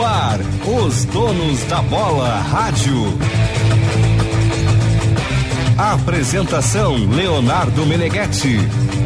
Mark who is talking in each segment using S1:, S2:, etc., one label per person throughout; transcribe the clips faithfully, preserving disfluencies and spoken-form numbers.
S1: no ar, os donos da bola rádio. Apresentação Leonardo Meneghetti.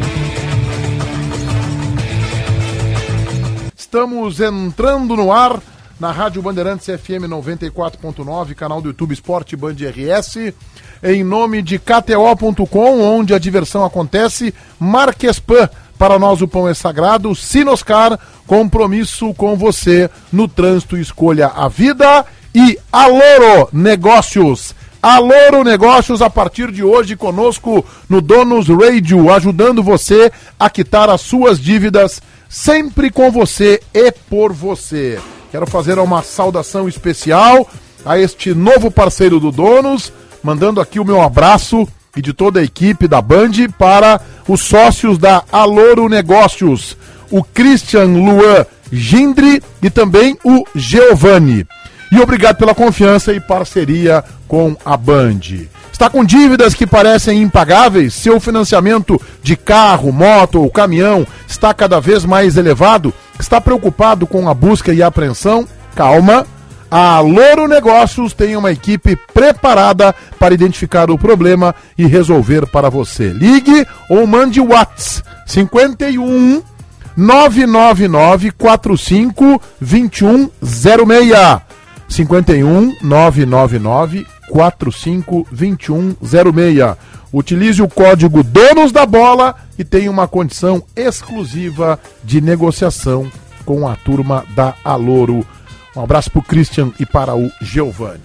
S2: Estamos entrando no ar na Rádio Bandeirantes F M noventa e quatro ponto nove, canal do YouTube Esporte Band R S, em nome de K T O ponto com, onde a diversão acontece. Marquespan, para nós o pão é sagrado. Sinoscar, compromisso com você no trânsito, escolha a vida. E Aloro Negócios. Aloro Negócios, a partir de hoje conosco no Donos Radio, ajudando você a quitar as suas dívidas, sempre com você e por você. Quero fazer uma saudação especial a este novo parceiro do Donos, mandando aqui o meu abraço e de toda a equipe da Band para os sócios da Aloro Negócios, o Christian Luan Gindri e também o Giovanni. E obrigado pela confiança e parceria com a Band. Está com dívidas que parecem impagáveis? Seu financiamento de carro, moto ou caminhão está cada vez mais elevado? Está preocupado com a busca e a apreensão? Calma! A Aloro Negócios tem uma equipe preparada para identificar o problema e resolver para você. Ligue ou mande WhatsApp cinquenta e um, nove nove nove, quatro cinco, dois um zero seis. cinquenta e um, nove nove nove, quatro cinco, dois um zero seis. Utilize o código Donos da Bola e tenha uma condição exclusiva de negociação com a turma da Aloro. Um abraço para o Christian e para o Giovanni.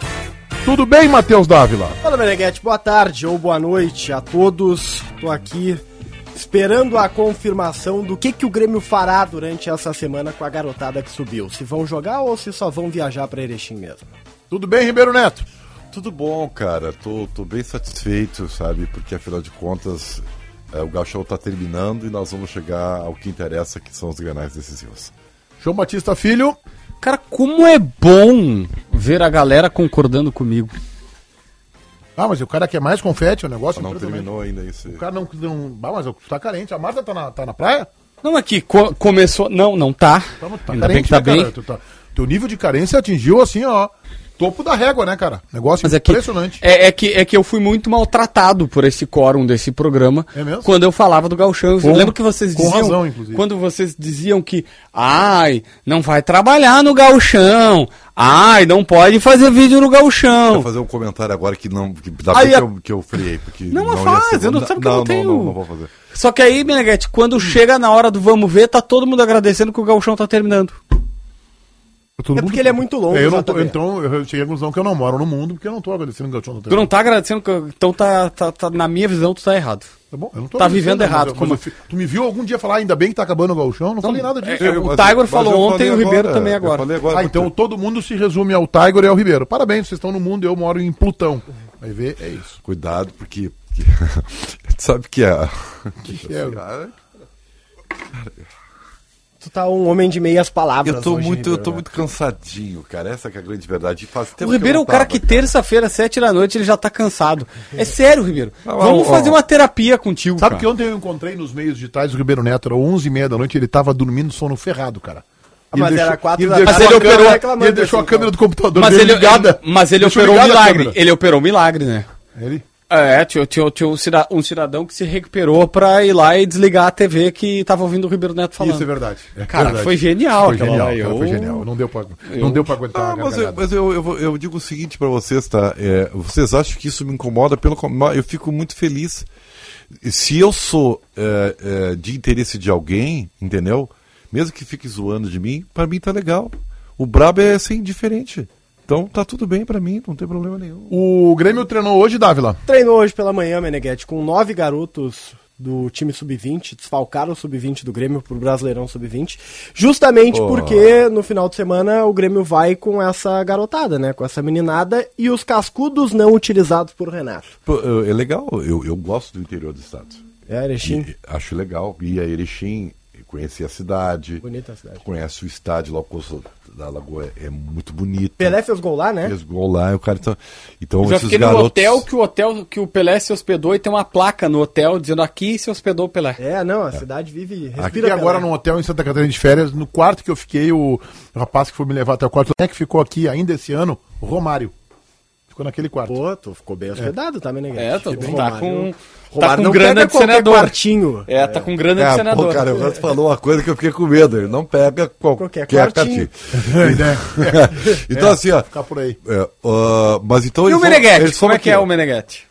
S2: Tudo bem, Matheus Dávila?
S3: Fala, Meneghetti, boa tarde ou boa noite a todos. Estou aqui esperando a confirmação do que, que o Grêmio fará durante essa semana com a garotada que subiu. Se vão jogar ou se só vão viajar para Erechim mesmo.
S2: Tudo bem, Ribeiro Neto?
S4: Tudo bom, cara. Tô, tô bem satisfeito, sabe? Porque, afinal de contas, é, o Gauchão tá terminando e nós vamos chegar ao que interessa, que são os grenais decisivos.
S2: João Batista Filho.
S5: Cara, como é bom ver a galera concordando comigo.
S2: Ah, mas o cara quer mais confete, o negócio...
S4: Não terminou ainda isso.
S2: O cara não... não... Ah, mas tá carente. A Marta tá na, tá na praia?
S5: Não, aqui co- começou... Não, não tá.
S2: Tá, tá
S5: Ainda
S2: carente,
S5: bem que tá
S2: né,
S5: bem.
S2: Cara? Tu tá... Teu nível de carência atingiu, assim, ó, topo da régua, né, cara? Negócio
S5: Mas é que,
S2: impressionante.
S5: É, é, que, é que eu fui muito maltratado por esse quórum desse programa.
S2: É mesmo?
S5: Quando eu falava do Gauchão.
S2: Com-
S5: Eu lembro que vocês
S2: com
S5: diziam...
S2: razão, inclusive.
S5: Quando vocês diziam que... Ai, não vai trabalhar no Gauchão. Ai, não pode fazer vídeo no Gauchão.
S4: Vou fazer um comentário agora que não... Que dá
S5: Aí
S4: bem
S5: a-
S4: que, eu, que eu friei. Porque
S5: Não, mas
S4: ia
S5: faz,
S4: ser-
S5: eu não- sabe que eu não tenho-
S4: Não, não, não vou fazer.
S5: Só que aí, Meneghetti, quando chega na hora do vamos ver, tá todo mundo agradecendo que o Gauchão tá terminando.
S2: Todo
S3: É porque ele é muito longo,
S2: É, eu não tô,
S3: J B.
S2: então, eu cheguei à conclusão que eu não moro no mundo, porque eu não tô agradecendo o Gauchão.
S5: Tu não tá agradecendo, que eu- então tá, tá, tá- na minha visão, tu tá errado.
S2: Tá bom? Eu não tô
S5: Tá
S2: agradecendo,
S5: vivendo
S2: mas
S5: errado,
S2: eu- mas
S5: como-
S2: eu fi- Tu me viu algum dia falar, ainda bem que tá acabando o Gauchão? Não, falei nada disso.
S5: é,
S4: Eu-
S5: o
S4: mas-
S5: Tiger
S4: mas
S5: falou
S4: eu
S5: ontem,
S4: falei
S5: o Ribeiro
S4: agora,
S5: também
S4: eu
S5: agora.
S4: falei agora
S2: Ah, então todo mundo se resume ao Tiger e ao Ribeiro. Parabéns, vocês estão no mundo e eu moro em Plutão. Vai ver, é isso.
S4: Cuidado, porque... porque tu sabe que é...
S2: Que é,
S3: Tu tá um homem de meias palavras
S4: Eu tô,
S3: hoje,
S4: muito, eu
S3: Ribeiro
S4: tô
S3: Neto.
S4: muito cansadinho, cara. Essa que é a grande verdade. Faz tempo
S5: O Ribeiro é
S4: eu
S5: o
S4: não
S5: cara
S4: tava,
S5: que terça-feira, sete da noite, ele já tá cansado. É sério, Ribeiro.
S4: Não,
S5: Vamos
S4: ó,
S5: fazer
S4: ó.
S5: uma terapia contigo,
S2: Sabe
S5: cara.
S2: que ontem eu encontrei nos meios digitais do Ribeiro Neto, era onze e meia da noite, ele tava dormindo sono ferrado, cara.
S3: Ah, mas era quatro
S2: ele
S3: da
S2: deixou,
S3: tarde,
S2: a
S3: o cara
S2: câmera,
S3: reclamando
S2: ele deixou a
S3: assim,
S2: câmera do computador
S5: Mas
S2: dele
S5: ele,
S2: ligada.
S5: mas ele
S2: Deixou
S5: operou um
S2: ligada a
S5: milagre.
S2: câmera.
S5: Ele operou um milagre, né?
S2: Ele?
S5: É, tinha, tinha, tinha um, cida- um cidadão que se recuperou pra ir lá e desligar a T V que tava ouvindo o Ribeiro Neto falando.
S2: Isso é verdade. É
S5: Cara,
S2: verdade.
S5: foi genial
S2: Foi
S5: aquela
S2: genial,
S5: lá,
S2: cara,
S5: eu-
S2: foi genial. Não deu pra,
S5: eu-
S2: não deu pra aguentar
S4: Ah,
S2: a
S4: mas, eu,
S2: gargalhada.
S4: mas eu, eu, vou- eu digo o seguinte pra vocês, tá? É, vocês acham que isso me incomoda? Pelo com- eu fico muito feliz. Se eu sou é, é, de interesse de alguém, entendeu? Mesmo que fique zoando de mim, pra mim tá legal. O brabo é ser indiferente. Então tá tudo bem pra mim, não tem problema nenhum.
S2: O Grêmio treinou hoje, Dávila?
S3: Treinou hoje pela manhã, Meneghetti, com nove garotos do time sub vinte, desfalcaram o sub vinte do Grêmio pro Brasileirão sub vinte, justamente
S4: Oh.
S3: porque no final de semana o Grêmio vai com essa garotada, né, com essa meninada e os cascudos não utilizados por Renato.
S4: Pô, é legal, eu, eu gosto do interior do estado.
S3: É, Erechim,
S4: E acho legal. E a Erechim, conheci a cidade.
S3: bonita a cidade.
S4: Conhece o estádio lá, o Coso da Lagoa é, é muito bonito.
S3: Pelé fez gol lá, né?
S4: Fez gol lá, e o cara então, então
S5: Eu já
S4: esses
S5: fiquei no
S4: garotos...
S5: hotel que o hotel que o Pelé se hospedou e tem uma placa no hotel dizendo aqui se hospedou o Pelé.
S3: É, não, a cidade vive, respira
S2: Aqui agora
S3: Pelé.
S2: num hotel em Santa Catarina de férias, no quarto que eu fiquei, o rapaz que foi me levar até o quarto, quem é que ficou aqui ainda esse ano? O Romário. Ficou naquele quarto.
S3: Pô, tu ficou bem hospedado também, né,
S5: É, tô,
S3: Romário-
S5: tá com tá
S3: Romário
S5: com
S3: não
S5: grana
S3: pega
S5: de
S3: qualquer
S5: senador.
S3: quartinho.
S5: É, tá com grana de
S4: É,
S5: senador.
S4: pô, cara, o Renato falou uma coisa que eu fiquei com medo. Ele não pega qualquer,
S3: Qualquer
S4: quartinho.
S3: quartinho.
S2: né?
S4: Então, assim, ó.
S2: Ficar por aí.
S4: é, ah, mas então
S5: E o
S4: eles vão-
S5: Meneghetti?
S4: eles
S5: Como
S4: vão
S5: é que
S4: aqui,
S5: é
S4: ó.
S5: o Meneghetti?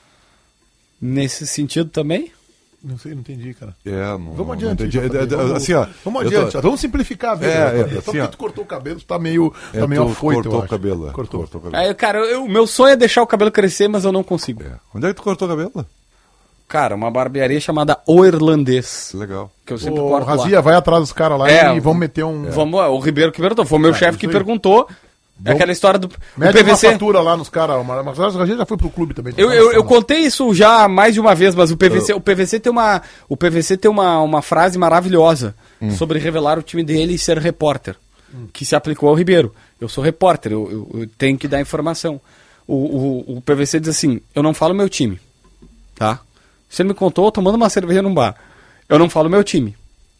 S5: Nesse sentido também?
S2: Não sei, não entendi, cara.
S4: É, não,
S2: Vamos
S4: não
S2: adiante.
S4: entendi.
S2: J P,
S4: É, é,
S2: vamos,
S4: assim, ó.
S2: vamos
S4: eu tô-
S2: adiante. Vamos simplificar a vida.
S4: É,
S2: né?
S4: é,
S2: Só
S4: assim,
S2: porque
S4: ó.
S2: tu cortou o cabelo, tu tá meio,
S4: É,
S2: tá meio
S4: tu
S2: afoito,
S4: cortou
S2: eu
S4: o
S2: acho.
S4: cabelo. é,
S2: Cortou.
S4: cortou o cabelo.
S5: Aí, cara, eu- o meu sonho é deixar o cabelo crescer, mas eu não consigo.
S4: É. Onde é que tu cortou o cabelo?
S5: Cara, uma barbearia chamada O Irlandês.
S4: Legal.
S5: Que eu sempre
S2: Ô,
S5: corto lá.
S2: Razia, vai atrás dos caras lá
S5: É,
S2: e vamos meter um...
S5: Vamos, o Ribeiro que perguntou. Foi o meu chefe que
S2: isso aí.
S5: perguntou. É aquela história do o
S2: Mete
S5: P V
S2: uma
S5: C.
S2: fatura lá nos caras. Mas o Razia já foi pro clube também.
S5: Eu, eu, eu contei isso já mais de uma vez, mas o P V C, o P V C tem uma, o P V C tem uma, uma frase maravilhosa sobre revelar o time dele e ser repórter, que se aplicou ao Ribeiro. Eu sou repórter, eu, eu- eu tenho que dar informação. O, o, o P V C diz assim: eu não falo meu time, tá? Você me contou tomando uma cerveja num bar. Eu não falo meu time,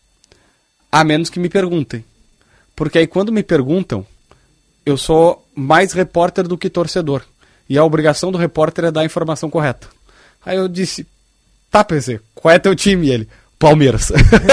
S5: a menos que me perguntem, porque aí quando me perguntam eu sou mais repórter do que torcedor. E a obrigação do repórter é dar a informação correta. Aí eu disse, tá, P C, qual é teu time? E ele, Palmeiras.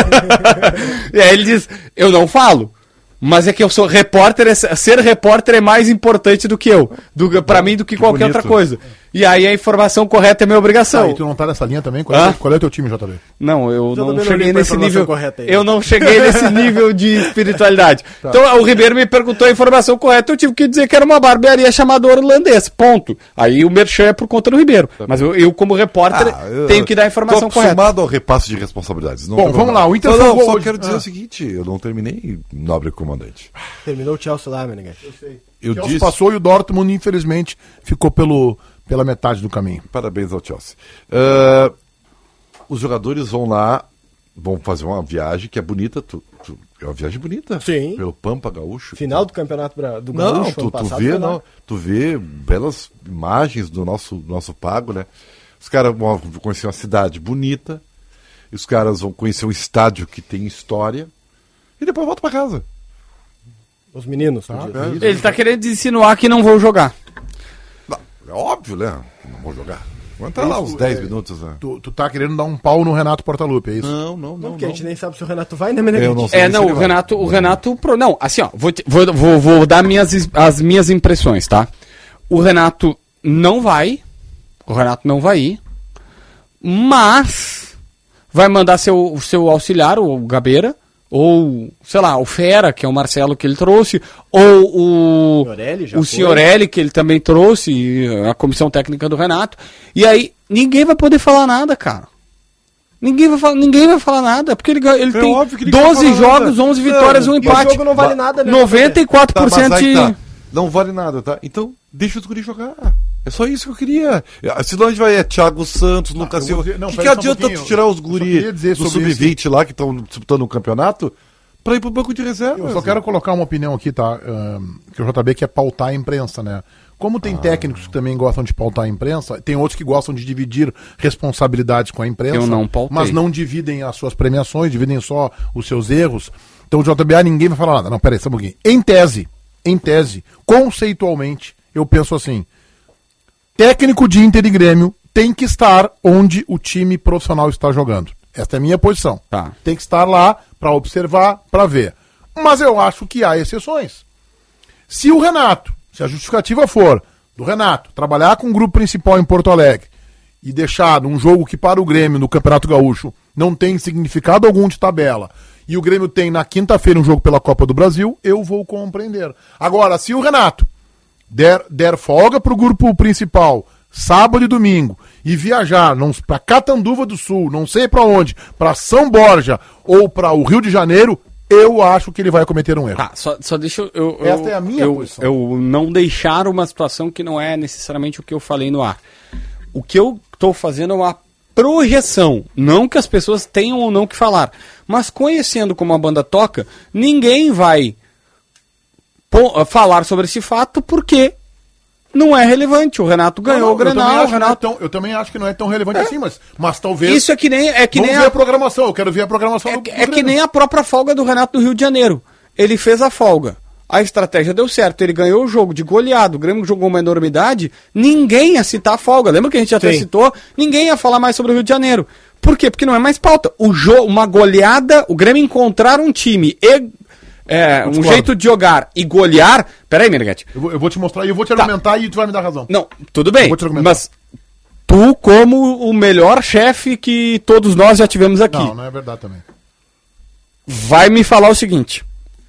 S5: E aí ele diz, eu não falo. Mas é que eu sou repórter, é- ser repórter é mais importante do que eu. Do, pra mim do que,
S4: Que
S5: qualquer
S4: bonito.
S5: outra coisa. E aí a informação correta é minha obrigação.
S2: Ah, e tu não tá nessa linha também? Qual,
S5: Hã?
S2: é, qual é o teu time, J B?
S5: Não, eu
S3: Todo
S5: não
S3: mundo
S5: cheguei
S3: olhou pra
S5: nesse
S3: informação
S5: nível.
S3: correta aí.
S5: Eu não cheguei nesse nível de espiritualidade. Então o Ribeiro me perguntou a informação correta, eu tive que dizer que era uma barbearia chamada Irlandês. Ponto. Aí o merchan é por conta do Ribeiro. Mas eu, eu como repórter,
S4: Ah, eu-
S5: tenho que dar a informação
S4: tô
S5: correta.
S4: acostumado ao repasse de responsabilidades. Não
S2: Bom,
S4: tem
S2: vamos
S4: problema.
S2: lá, o Inter
S4: Não, não,
S2: salvou
S4: só
S2: hoje.
S4: quero dizer
S2: Ah.
S4: o seguinte, eu não terminei, nobre comandante.
S3: Terminou o Chelsea lá, Meneghetti.
S4: Eu
S2: O Chelsea
S4: disse,
S2: passou e o Dortmund, infelizmente, ficou pelo, pela metade do caminho.
S4: parabéns ao Chelsea. Ah, os jogadores vão lá, vão fazer uma viagem que é bonita, tu, tu- é uma viagem bonita.
S3: Sim.
S4: Pelo Pampa Gaúcho.
S3: Final do Campeonato Bra- do
S4: Não,
S3: Gaúcho,
S4: tu,
S3: ano
S4: tu
S3: passado,
S4: vê,
S3: foi lá.
S4: não, tu vê belas imagens do nosso, do nosso pago, né? Os caras vão conhecer uma cidade bonita, os caras vão conhecer um estádio que tem história, e depois volta pra casa.
S3: Os meninos,
S2: Tá,
S3: tu diz.
S2: é isso.
S5: Ele tá querendo insinuar que não vou jogar.
S4: Não, é óbvio, né? Não vou jogar. Vou entrar lá uns
S2: Isso,
S4: dez
S2: é,
S4: minutos, né?
S2: Tu, tu tá querendo dar um pau no Renato Portaluppi, é isso?
S4: Não, não,
S3: Não,
S4: não.
S3: porque a gente
S4: não.
S3: nem sabe se o Renato vai, né, Meneghetti?
S4: Eu não sei.
S5: É,
S4: se
S5: não,
S4: ele
S5: o
S4: vai.
S5: Renato, o Renato, pro- não, assim, ó, vou, te- vou, vou, vou dar minhas, is- as minhas impressões, tá? O Renato não vai, o Renato não vai ir, mas vai mandar seu, seu auxiliar, o Gabeira, ou, sei lá, o Fera, que é o Marcelo que ele trouxe, ou o
S3: Signorelli já
S5: o
S3: foi.
S5: Signorelli, que ele também trouxe, e a comissão técnica do Renato, e aí ninguém vai poder falar nada, cara. Ninguém vai falar, ninguém vai falar nada, porque ele, ganha- ele
S4: É
S5: tem
S4: óbvio que ninguém vai
S5: doze
S4: falar
S5: jogos,
S4: nada.
S5: onze vitórias,
S4: Não,
S5: um
S4: e o
S5: empate.
S3: jogo não vale nada, né?
S5: noventa e quatro
S4: Tá,
S5: por cento
S4: mas aí
S5: de...
S4: tá. Não vale nada, tá? Então, deixa os guris jogar. É só isso que eu queria. É, senão a gente vai, é Thiago Santos, Lucas
S2: eu vou
S4: Silva.
S2: dizer- não,
S4: que,
S2: pera
S4: que
S2: só um
S4: adianta
S2: pouquinho.
S4: tu tirar os
S2: Eu só
S4: guris
S2: queria dizer
S4: do
S2: sobre
S4: sub vinte lá, que estão disputando o campeonato, pra ir pro banco de reserva.
S2: Eu só quero colocar uma opinião aqui, tá? Ahn, que o J B quer pautar a imprensa, né? Como tem técnicos que também gostam de pautar a imprensa, tem outros que gostam de dividir responsabilidades com a imprensa.
S5: Eu não pautei.
S2: Mas não dividem as suas premiações, dividem só os seus erros. Então o J B A ninguém vai falar nada. Não, peraí, só um pouquinho. Em tese, em tese, conceitualmente, eu penso assim: técnico de Inter e Grêmio tem que estar onde o time profissional está jogando. Esta é a minha posição.
S5: Tá.
S2: Tem que estar lá para observar, para ver. Mas eu acho que há exceções. Se o Renato, se a justificativa for do Renato trabalhar com o grupo principal em Porto Alegre e deixar num jogo que para o Grêmio no Campeonato Gaúcho não tem significado algum de tabela, e o Grêmio tem na quinta-feira um jogo pela Copa do Brasil, eu vou compreender. Agora, se o Renato der, der folga para o grupo principal sábado e domingo e viajar para Catanduva do Sul, não sei para onde, para São Borja ou para o Rio de Janeiro, eu acho que ele vai cometer um erro.
S5: Tá, só, só deixa eu... eu
S2: Esta
S5: eu-
S2: é a minha
S5: eu,
S2: posição.
S5: Eu não deixar uma situação que não é necessariamente o que eu falei no ar. O que eu estou fazendo é uma projeção. Não que as pessoas tenham ou não que falar. Mas conhecendo como a banda toca, ninguém vai po- falar sobre esse fato porque não é relevante. O Renato ganhou
S2: Não, não,
S5: o Grenal.
S2: Eu também,
S5: o
S2: acho que não é
S5: Renato...
S2: tão, eu também acho que não é tão relevante assim, mas, mas talvez...
S5: Isso é que nem, é que
S2: Vamos
S5: nem
S2: ver
S5: a...
S2: a programação, eu quero ver a programação
S5: É,
S2: do, do
S5: é que
S2: Grêmio.
S5: nem a própria folga do Renato do Rio de Janeiro. Ele fez a folga. A estratégia deu certo. Ele ganhou o jogo de goleado. O Grêmio jogou uma enormidade. Ninguém ia citar a folga. Lembra que a gente até
S3: Sim.
S5: citou? Ninguém ia falar mais sobre o Rio de Janeiro. Por quê? Porque não é mais pauta. O jogo, uma goleada, o Grêmio encontrar um time e é, um
S2: discordo.
S5: jeito de jogar e golear. Peraí, Meneghete.
S2: Eu vou, eu vou te mostrar e eu vou te
S5: Tá.
S2: argumentar e tu vai me dar razão.
S5: Não, tudo bem.
S2: Vou te argumentar.
S5: Mas tu, como o melhor chefe que todos nós já tivemos aqui,
S2: Não, não é verdade também.
S5: vai me falar o seguinte.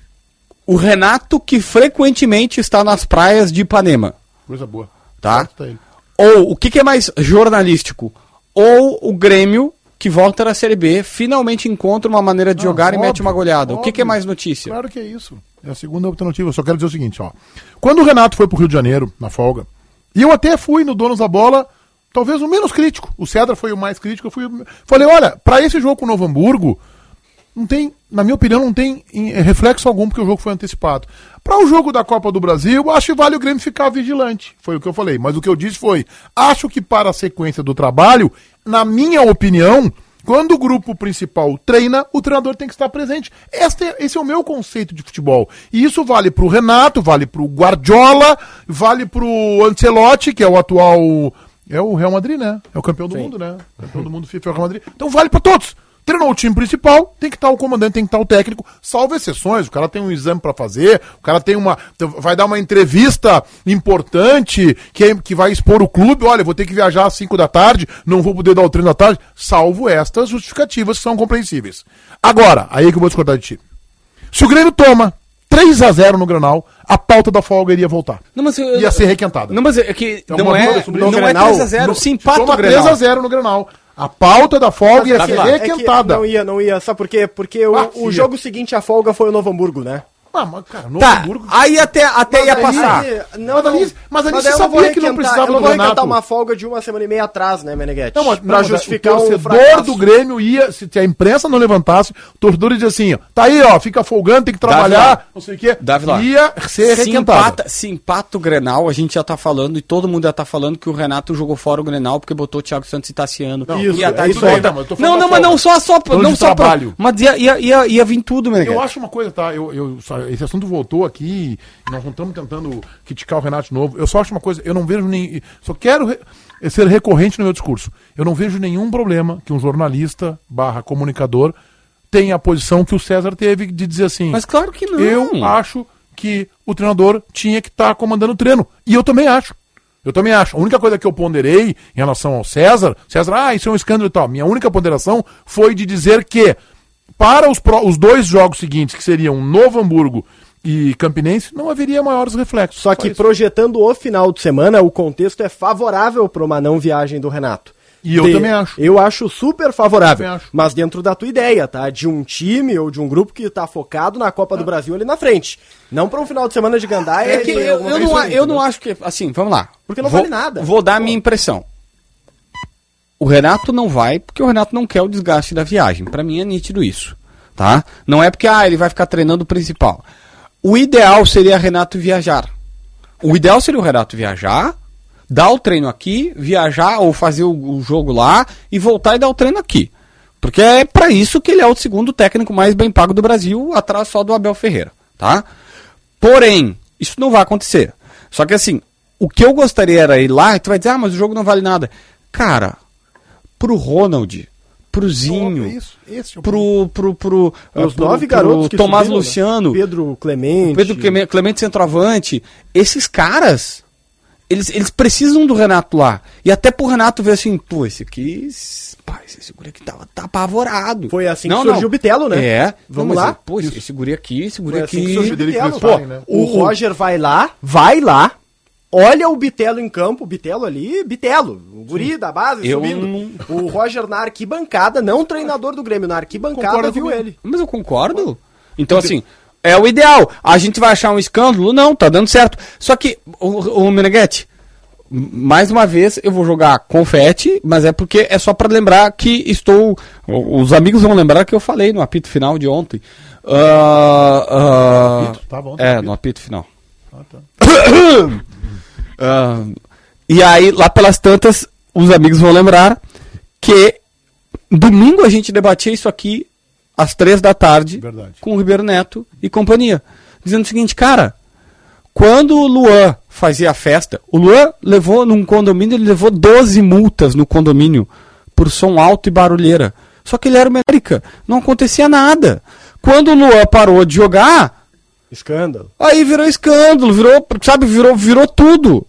S5: O Renato que frequentemente está nas praias de Ipanema,
S2: Coisa boa.
S5: tá?
S2: Certo, tá ele.
S5: Ou o que, que é mais jornalístico? Ou o Grêmio que volta da Série B finalmente encontra uma maneira de
S2: Não,
S5: jogar e
S2: óbvio,
S5: mete uma goleada. O que, que é
S2: óbvio.
S5: mais notícia?
S2: Claro que é isso. É a segunda alternativa. Eu só quero dizer o seguinte, ó. Quando o Renato foi pro Rio de Janeiro, na folga, e eu até fui no Donos da Bola, talvez o menos crítico. O Cedra foi o mais crítico. Eu fui, falei, olha, pra esse jogo com o Novo Hamburgo, não tem, na minha opinião, não tem em, reflexo algum, porque o jogo foi antecipado. Para o jogo da Copa do Brasil, acho que vale o Grêmio ficar vigilante. Foi o que eu falei. Mas o que eu disse foi, acho que para a sequência do trabalho, na minha opinião, quando o grupo principal treina, o treinador tem que estar presente. Este é, esse é o meu conceito de futebol. E isso vale pro Renato, vale pro Guardiola, vale pro Ancelotti, que é o atual... É o Real Madrid, né? É o campeão do
S3: Sim.
S2: mundo, né? O campeão do mundo FIFA é o Real Madrid. Então vale pra todos. Treinou o time principal, tem que estar o comandante, tem que estar o técnico, salvo exceções, o cara tem um exame pra fazer, o cara tem uma, vai dar uma entrevista importante, que, é, que vai expor o clube, olha, vou ter que viajar às cinco da tarde, não vou poder dar o treino da tarde, salvo estas justificativas que são compreensíveis. Agora, aí é que eu vou discordar de ti. Se o Grêmio toma três a zero no Grenal, a pauta da folga iria voltar.
S5: Não, mas eu-
S2: Ia ser requentada.
S5: Não, mas é que
S2: É
S5: não
S2: uma
S5: é,
S2: dúvida sobre
S5: não
S2: isso.
S5: é
S3: Grenal,
S5: três a zero,
S2: No-
S5: se empata
S2: toma
S5: o Grenal.
S2: três a zero no Grenal. A pauta da folga ia
S5: Mas,
S2: ser
S5: Davi,
S3: É que
S2: requentada.
S3: não ia, não ia. Sabe por quê? Porque o,
S2: Ah,
S3: o
S2: ia.
S3: jogo seguinte à folga foi o Novo Hamburgo, né?
S2: Ah, mas, cara, Novo
S5: Tá,
S2: Hamburgo...
S5: aí até, até ia
S2: aí-
S5: passar.
S3: Aí,
S2: Mas ali- mas ali
S3: daí
S2: você
S3: eu
S2: sabia
S3: vou
S2: que não
S3: requentar-
S2: precisava
S3: Eu não
S2: do
S3: vou
S2: Renato.
S3: requentar uma folga de uma semana e meia atrás, né, Meneghete?
S2: Não, mas, não,
S3: pra
S2: mas
S3: justificar
S2: o
S3: um
S2: torcedor
S3: fracasso.
S2: do Grêmio ia, se a imprensa não levantasse, o torcedor ia dizer assim, ó, tá aí, ó, fica folgando, tem que trabalhar,
S5: Davi,
S2: não sei o quê.
S5: Davi lá.
S2: Ia ser
S5: Se
S2: requentada.
S5: empata, se empata o Grenal, a gente já tá falando, e todo mundo já tá falando que o Renato jogou fora o Grenal porque botou o Thiago Santos e Tassiano.
S2: Não,
S5: e
S2: isso,
S5: a
S2: é isso
S5: volta-
S2: aí, não, mas eu tô falando
S5: não,
S2: da
S5: não, mas não
S2: folga.
S5: só, só
S2: Falando
S5: não
S2: de
S5: só pra-
S2: trabalho.
S5: mas ia, ia, ia, ia vir tudo, Meneghete.
S2: Eu acho uma coisa, tá? Eu, eu, só- esse assunto voltou aqui, e nós não estamos tentando criticar o Renato de novo. Eu só acho uma coisa, eu não vejo nem. Só quero re- ser recorrente no meu discurso. Eu não vejo nenhum problema que um jornalista barra comunicador tenha a posição que o César teve de dizer assim.
S5: Mas claro que não.
S2: Eu acho que o treinador tinha que estar comandando o treino. E eu também acho. Eu também acho. A única coisa que eu ponderei em relação ao César, César, ah, isso é um escândalo e tal. Minha única ponderação foi de dizer que para os, pro- os dois jogos seguintes, que seriam Novo Hamburgo e Campinense, não haveria maiores reflexos.
S3: Só que
S2: isso.
S3: projetando o final de semana, o contexto é favorável para uma não viagem do Renato.
S2: E eu também acho.
S3: Eu acho super favorável.
S2: Eu também acho.
S3: Mas dentro da tua ideia, tá? De um time ou de um grupo que tá focado na Copa do Brasil ali na frente. Não para um final de semana de gandaia.
S5: É que
S3: e
S5: eu,
S3: alguma
S5: eu,
S3: coisa
S5: não,
S3: assim,
S5: eu não
S3: entendeu?
S5: acho que. Assim, vamos lá.
S3: Porque não
S5: Vou-
S3: vale nada.
S5: Vou dar a
S3: Pô.
S5: minha impressão. O Renato não vai porque o Renato não quer o desgaste da viagem. Pra mim é nítido isso. Tá? Não é porque ah, ele vai ficar treinando o principal. O ideal seria Renato viajar. O ideal seria o Renato viajar, dar o treino aqui, viajar ou fazer o, o jogo lá e voltar e dar o treino aqui. Porque é pra isso que ele é o segundo técnico mais bem pago do Brasil, atrás só do Abel Ferreira. Tá? Porém, isso não vai acontecer. Só que assim, o que eu gostaria era ir lá e tu vai dizer, ah, mas o jogo não vale nada. Cara, pro Ronald, pro Zinho,
S2: É isso, esse é o
S5: pro, pro, pro,
S3: Os
S5: pro-
S3: nove
S5: pro
S3: garotos que
S5: Tomás
S3: subiram, né?
S5: Luciano,
S3: Pedro Clemente.
S5: Pedro Clemente, Clemente centroavante, esses caras, eles, eles precisam do Renato lá. E até pro Renato ver assim, pô, esse aqui, pá, esse guri aqui tá, tá apavorado.
S3: Foi assim que surgiu o Bitelo, né?
S5: É.
S3: Vamos
S5: Não, mas,
S3: lá?
S5: Pô, esse, esse guri aqui, esse guri
S3: Foi assim
S5: aqui.
S3: que surgiu o
S2: dele que
S3: Bitelo.
S2: eles
S3: Pô,
S2: falem, né?
S3: o Roger vai lá, vai lá, olha o Bitelo em campo, o Bitelo ali, Bitelo, o guri da base
S5: Eu
S3: subindo.
S5: não-
S3: O Roger na arquibancada, não o treinador do Grêmio, na arquibancada
S2: Concordo
S3: viu
S2: comigo.
S3: ele.
S5: Mas eu concordo. Então, assim, é o ideal. A gente vai achar um escândalo? Não, tá dando certo. Só que, o, o Meneghetti, mais uma vez, eu vou jogar confete, mas é porque é só pra lembrar que estou... Os amigos vão lembrar que eu falei no apito final de ontem. Uh, uh,
S2: Apito? Tá bom,
S5: é,
S2: apito.
S5: no apito final.
S2: Ah, tá.
S5: Uh, e aí, lá pelas tantas, os amigos vão lembrar que domingo a gente debatia isso aqui às três da tarde
S2: Verdade.
S5: com o Ribeiro Neto e companhia. Dizendo o seguinte, cara, quando o Luan fazia a festa, o Luan levou num condomínio, ele levou doze multas no condomínio por som alto e barulheira. Só que ele era uma América, não acontecia nada. Quando o Luan parou de jogar,
S3: Escândalo.
S5: aí virou escândalo, virou, sabe, virou, virou tudo.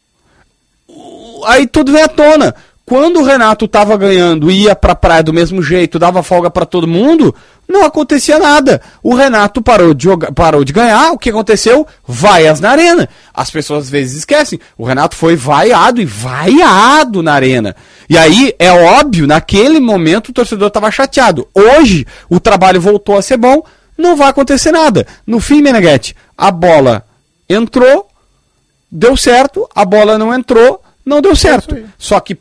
S5: Aí tudo vem à tona. Quando o Renato tava ganhando, ia pra praia do mesmo jeito, dava folga pra todo mundo, não acontecia nada. O Renato parou de, jogar, parou de ganhar, o que aconteceu? Vaias na arena. As pessoas às vezes esquecem. O Renato foi vaiado e vaiado na arena. E aí, é óbvio, naquele momento o torcedor tava chateado. Hoje, o trabalho voltou a ser bom, não vai acontecer nada. No fim, Meneghetti, a bola entrou, deu certo, a bola não entrou, não deu certo. Só que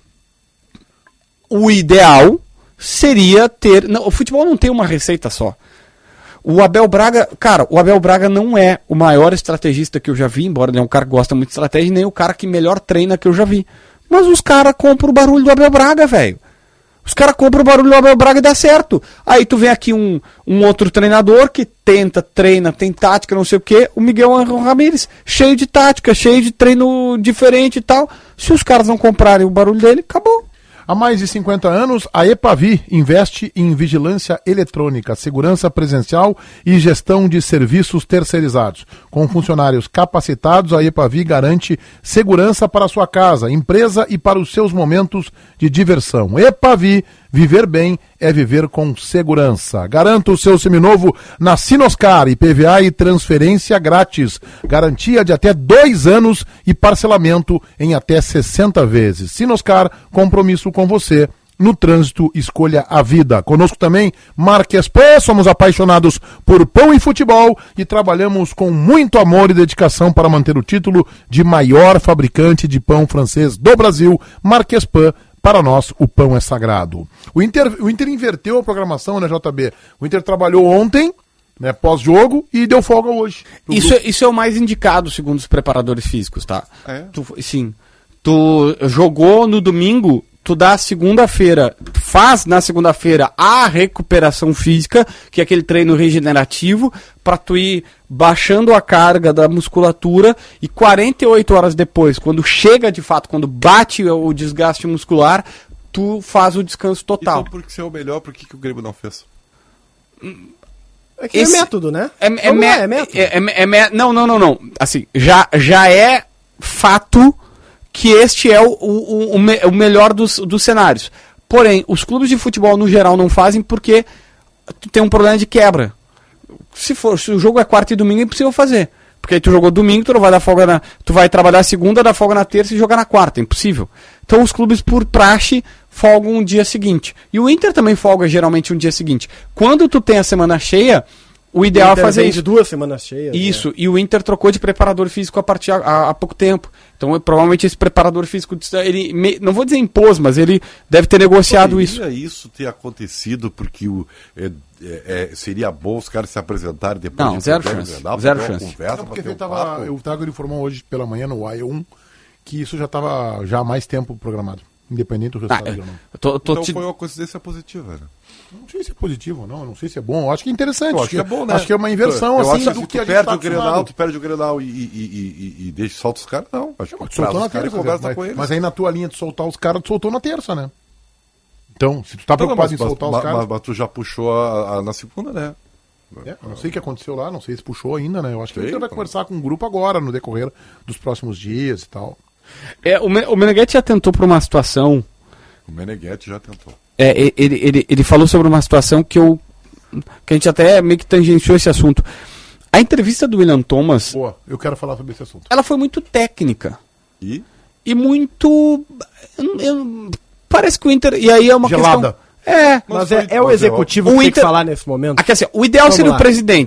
S5: o ideal seria ter... Não, o futebol não tem uma receita só. O Abel Braga... Cara, o Abel Braga não é o maior estrategista que eu já vi, embora ele é um cara que gosta muito de estratégia, nem o cara que melhor treina que eu já vi. Mas os caras compram o barulho do Abel Braga, velho. Os caras compram o barulho do Abel Braga e dá certo. Aí tu vem aqui um, um outro treinador que tenta, treina, tem tática, não sei o quê. O Miguel Ángel Ramírez, cheio de tática, cheio de treino diferente e tal. Se os caras não comprarem o barulho dele, acabou.
S2: Há mais de cinquenta anos, a Epavi investe em vigilância eletrônica, segurança presencial e gestão de serviços terceirizados. Com funcionários capacitados, a Epavi garante segurança para a sua casa, empresa e para os seus momentos de diversão. Epavi, viver bem é viver com segurança. Garanta o seu seminovo na Sinoscar, I P V A e transferência grátis. Garantia de até dois anos e parcelamento em até sessenta vezes. Sinoscar, compromisso com você. No trânsito, escolha a vida. Conosco também, Marques Pé, somos apaixonados por pão e futebol e trabalhamos com muito amor e dedicação para manter o título de maior fabricante de pão francês do Brasil. Marques Pé, para nós, o pão é sagrado. O Inter, o Inter inverteu a programação, né, J B? O Inter trabalhou ontem, né, pós-jogo, e deu folga hoje.
S5: Isso, isso é o mais indicado, segundo os preparadores físicos, tá?
S4: É?
S5: Tu, sim. Tu jogou no domingo, tu dá segunda-feira, faz na segunda-feira a recuperação física, que é aquele treino regenerativo, pra tu ir baixando a carga da musculatura e quarenta e oito horas depois, quando chega de fato, quando bate o desgaste muscular, tu faz o descanso total.
S4: Então, por que você é o melhor, por que, que o Grêmio não fez?
S3: É que
S5: Esse-
S3: é método, né?
S5: É, é,
S3: Vamos
S5: me-
S3: lá, é método.
S5: é- é- é me- não, não, não, não. Assim, já, já é fato que este é o, o, o, me- o melhor dos, dos cenários. Porém, os clubes de futebol no geral não fazem porque tu tem um problema de quebra. Se for, se o jogo é quarta e domingo, é impossível fazer. Porque aí tu jogou domingo, tu não vai dar folga na. Tu vai trabalhar segunda, dar folga na terça e jogar na quarta. É impossível. Então os clubes, por praxe, folgam um dia seguinte. E o Inter também folga geralmente um dia seguinte. Quando tu tem a semana cheia, o ideal é
S3: Inter
S5: fazer
S3: vem
S5: isso.
S3: de duas semanas cheias.
S5: Isso, e o Inter trocou de preparador físico a partir há, há pouco tempo. Então, provavelmente esse preparador físico, ele me- não vou dizer impôs, mas ele deve ter negociado isso.
S4: Poderia isso ter acontecido porque o, é, é, é, seria bom os caras se apresentarem depois
S5: Não,
S4: de
S5: zero
S4: perder o
S5: chance,
S4: Grenal,
S5: zero
S4: fazer uma
S5: chance.
S4: conversa,
S2: Não, porque
S4: bater um
S2: tava,
S4: papo.
S2: o Trago informou hoje pela manhã no A E um que isso já estava já há mais tempo programado, independente do
S5: Ah,
S2: resultado. ou não.
S5: eu tô, tô
S4: Então
S5: te-
S4: foi uma coincidência positiva, né?
S2: Não sei se é positivo ou não, eu não sei se é bom. Eu acho que é interessante.
S4: Eu acho que é bom, né?
S2: Acho que é uma inversão,
S4: Eu
S2: assim,
S4: acho
S2: do
S4: que
S2: que
S4: tu
S2: a gente
S4: perde
S2: tá
S4: o Grenal,
S2: acostumado.
S4: tu perde o Grenal e, e, e, e, e deixa, solta os caras, não. Acho que
S2: Tu
S4: traz
S2: soltou na
S4: os caras e
S2: terça,
S4: conversa
S2: mas,
S4: com eles.
S2: mas aí na tua linha de soltar os caras, tu soltou na terça, né? Então, se tu tá
S4: Não, não,
S2: preocupado
S4: mas,
S2: em soltar
S4: mas,
S2: os caras...
S4: mas, mas tu já puxou a, a- na segunda, né?
S2: É, eu não sei o que aconteceu lá, não sei se puxou ainda, né? Eu acho que
S4: Sei,
S2: a gente vai
S4: pô.
S2: conversar com o grupo agora, no decorrer dos próximos dias e tal.
S5: É, o, Men- o Meneghetti já tentou para uma situação.
S4: O Meneghetti já tentou.
S5: É, e- ele, ele, ele falou sobre uma situação que eu. Que a gente até meio que tangenciou esse assunto. A entrevista do William Thomas,
S2: Boa, eu quero falar sobre esse assunto.
S5: ela foi muito técnica.
S4: E?
S5: E muito. eu- eu- parece que o Inter. E aí é uma
S2: Gelada.
S5: questão. É.
S3: Mas
S4: foi-
S3: é, é o
S4: mas é
S3: executivo
S5: óbvio.
S3: que
S5: O
S3: tem que
S5: Inter-
S3: falar nesse momento.
S5: Aqui, assim, o ideal
S3: Vamos
S5: seria
S3: lá.
S5: o presidente.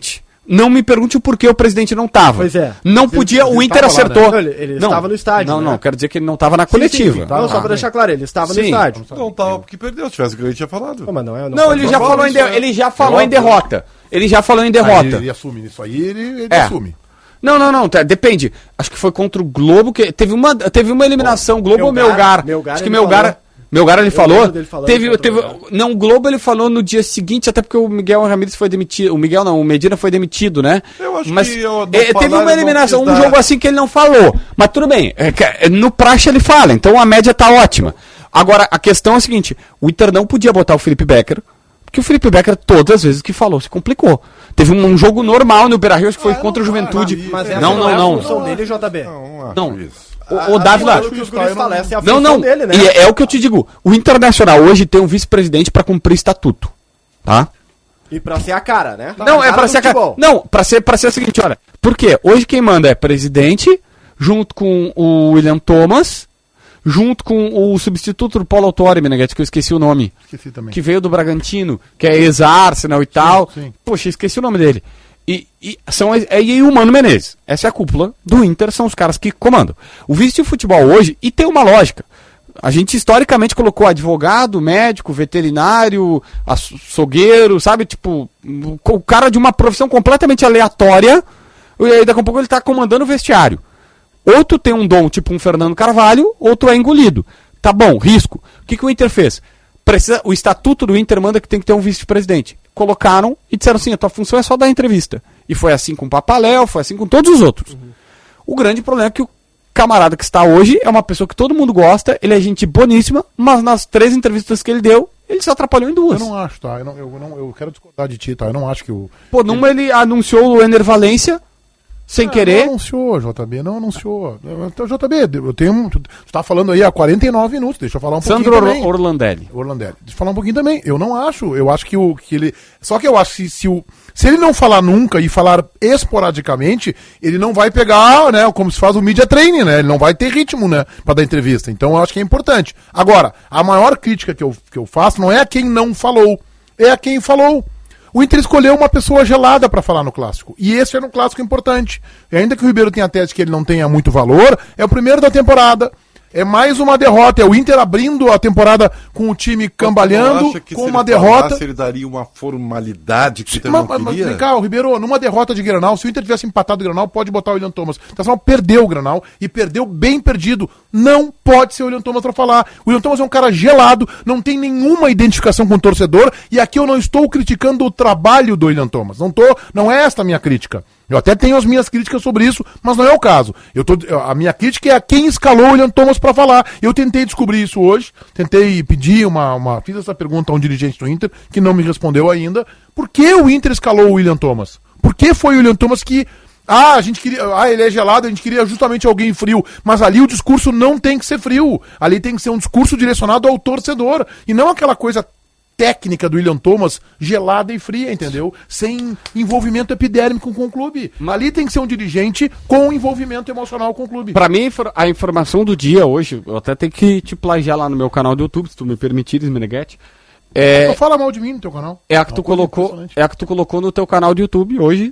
S5: Não me pergunte o porquê o presidente não tava.
S3: Pois é.
S5: Não
S2: Mas
S5: podia,
S2: ele-
S5: o
S2: ele
S5: Inter
S2: tava lá,
S5: acertou.
S2: né?
S3: Não, ele- ele estava no estádio,
S5: Não,
S3: né?
S5: não, quero dizer que ele não tava na
S3: Sim,
S5: coletiva.
S3: sim, não, só pra deixar claro, ele estava
S5: Sim.
S3: no estádio.
S4: Não tava porque perdeu, se tivesse ganho, ele tinha falado.
S3: Não, mas não é,
S5: Não, ele já
S2: Não,
S5: falou em,
S2: isso
S5: de-
S2: é-
S5: ele já falou
S2: é
S5: em
S2: óbvio.
S5: derrota. Ele já falou em
S2: Ah,
S5: derrota.
S2: ele, ele assume isso aí, ele, ele
S5: É.
S2: assume.
S5: Não, não, não, tá, depende. Acho que foi contra o Globo que teve uma, teve uma eliminação, Globo ou
S3: Melgar,
S5: Melgar?
S3: Melgar
S5: Acho que
S3: ele
S5: Melgar,
S3: falou.
S5: Melgar ele
S3: Eu
S5: falou.
S3: lembro dele falando
S5: Teve,
S3: contra o
S5: teve,
S3: Melgar.
S5: não, o Globo ele falou no dia seguinte, até porque o Miguel Ramírez foi demitido. O Miguel não, o Medina foi demitido, né?
S4: Eu acho
S5: Mas
S4: que eu não
S5: eh, teve
S4: falar,
S5: uma
S4: ele não
S5: eliminação,
S4: quis
S5: um
S4: dar.
S5: jogo assim que ele não falou. Mas tudo bem, é que, é, no praxe ele fala, então a média tá ótima. Agora, a questão é a seguinte, o Inter não podia botar o Felipe Becker, porque o Felipe Becker, todas as vezes que falou, se complicou. Teve um, um jogo normal no Beira-Rio, acho que foi
S2: Ah,
S5: contra o
S2: não,
S5: Juventude.
S2: mas-
S3: Mas essa
S5: não, não,
S3: é a
S5: não.
S3: função dele, J B.
S4: Não, não acho
S5: Não.
S4: isso.
S5: O, o Dávila...
S3: Pelo que os guris
S2: eu não-
S3: falam, essa é a
S5: Não,
S3: função
S5: não.
S3: dele, né?
S5: E é, é o que eu te digo. O Internacional hoje tem um vice-presidente pra cumprir estatuto. Tá?
S3: E pra ser a cara, né?
S5: não, é
S3: cara
S5: pra
S3: do
S5: ser a cara.
S3: futebol.
S5: Não, pra ser, pra ser o seguinte, olha. Por quê? Hoje quem manda é presidente, junto com o William Thomas, junto com o substituto do Paulo Autori, Meneghete, que eu esqueci o nome.
S2: Esqueci também.
S5: Que veio do Bragantino, que é ex-Arsenal e tal.
S2: sim.
S5: Poxa, esqueci o nome dele. E, e são é, e o Mano Menezes. Essa é a cúpula do Inter, são os caras que comandam. O vice de futebol hoje, e tem uma lógica. A gente historicamente colocou advogado, médico, veterinário, açougueiro, sabe? Tipo, o cara de uma profissão completamente aleatória, e aí daqui a pouco ele tá comandando o vestiário. Ou tu tem um dom, tipo um Fernando Carvalho, ou tu é engolido. Tá bom, risco. O que, que o Inter fez? Precisa, o estatuto do Inter manda que tem que ter um vice-presidente. Colocaram e disseram assim, a tua função é só dar entrevista. E foi assim com o Papaléu, foi assim com todos os outros. Uhum. O grande problema é que o camarada que está hoje é uma pessoa que todo mundo gosta, ele é gente boníssima, mas nas três entrevistas que ele deu, ele se atrapalhou em duas.
S2: Eu não acho, tá? Eu, não, eu, não, eu quero discordar de ti, tá? Eu não acho que o...
S5: Pô, numa ele anunciou o Ener Valência, sem
S2: Ah,
S5: querer.
S2: Não anunciou, J B, não anunciou. Então, J B, eu tenho. um- Tu tá falando aí há quarenta e nove minutos, deixa eu falar um
S5: Sandro
S2: pouquinho também.
S5: Or- Orlandelli.
S2: Orlandelli. Deixa eu falar um pouquinho também. Eu não acho. Eu acho que, o, que ele. Só que eu acho que se, o, se ele não falar nunca e falar esporadicamente, ele não vai pegar, né? Como se faz o media training, né? Ele não vai ter ritmo, né? Pra dar entrevista. Então eu acho que é importante. Agora, a maior crítica que eu, que eu faço não é a quem não falou, é a quem falou. O Inter escolheu uma pessoa gelada para falar no clássico. E esse era um clássico importante. E ainda que o Ribeiro tenha a tese que ele não tenha muito valor, é o primeiro da temporada. É mais uma derrota. É o Inter abrindo a temporada com o time cambalhando,
S4: Acha que
S2: com
S4: se
S2: uma
S4: ele
S2: derrota.
S4: falasse, ele daria uma formalidade que o Inter
S2: Mas,
S4: não
S2: mas,
S4: queria?
S2: vem cá, o Ribeiro, numa derrota de Granal, se o Inter tivesse empatado o Granal, pode botar o William Thomas. O Internacional perdeu o Granal e perdeu bem perdido. Não pode ser o William Thomas pra falar. O William Thomas é um cara gelado, não tem nenhuma identificação com o torcedor, e aqui eu não estou criticando o trabalho do William Thomas. Não, tô, não é esta a minha crítica. Eu até tenho as minhas críticas sobre isso, mas não é o caso. Eu tô, a minha crítica é a quem escalou o William Thomas para falar. Eu tentei descobrir isso hoje, tentei pedir uma, uma... Fiz essa pergunta a um dirigente do Inter, que não me respondeu ainda. Por que o Inter escalou o William Thomas? Por que foi o William Thomas que... Ah, a gente queria... Ah, ele é gelado, a gente queria justamente alguém frio. Mas ali o discurso não tem que ser frio. Ali tem que ser um discurso direcionado ao torcedor. E não aquela coisa técnica do William Thomas, gelada e fria, entendeu? Sem envolvimento epidérmico com o clube. Ali tem que ser um dirigente com envolvimento emocional com o clube.
S5: Pra mim, a informação do dia hoje, eu até tenho que te plagiar lá no meu canal do YouTube, se tu me permitires, Meneghete. É,
S2: Não fala mal de mim no teu canal.
S5: é a que tu
S2: Uma coisa
S5: colocou,
S2: impressionante.
S5: é a que tu colocou no teu canal do YouTube hoje,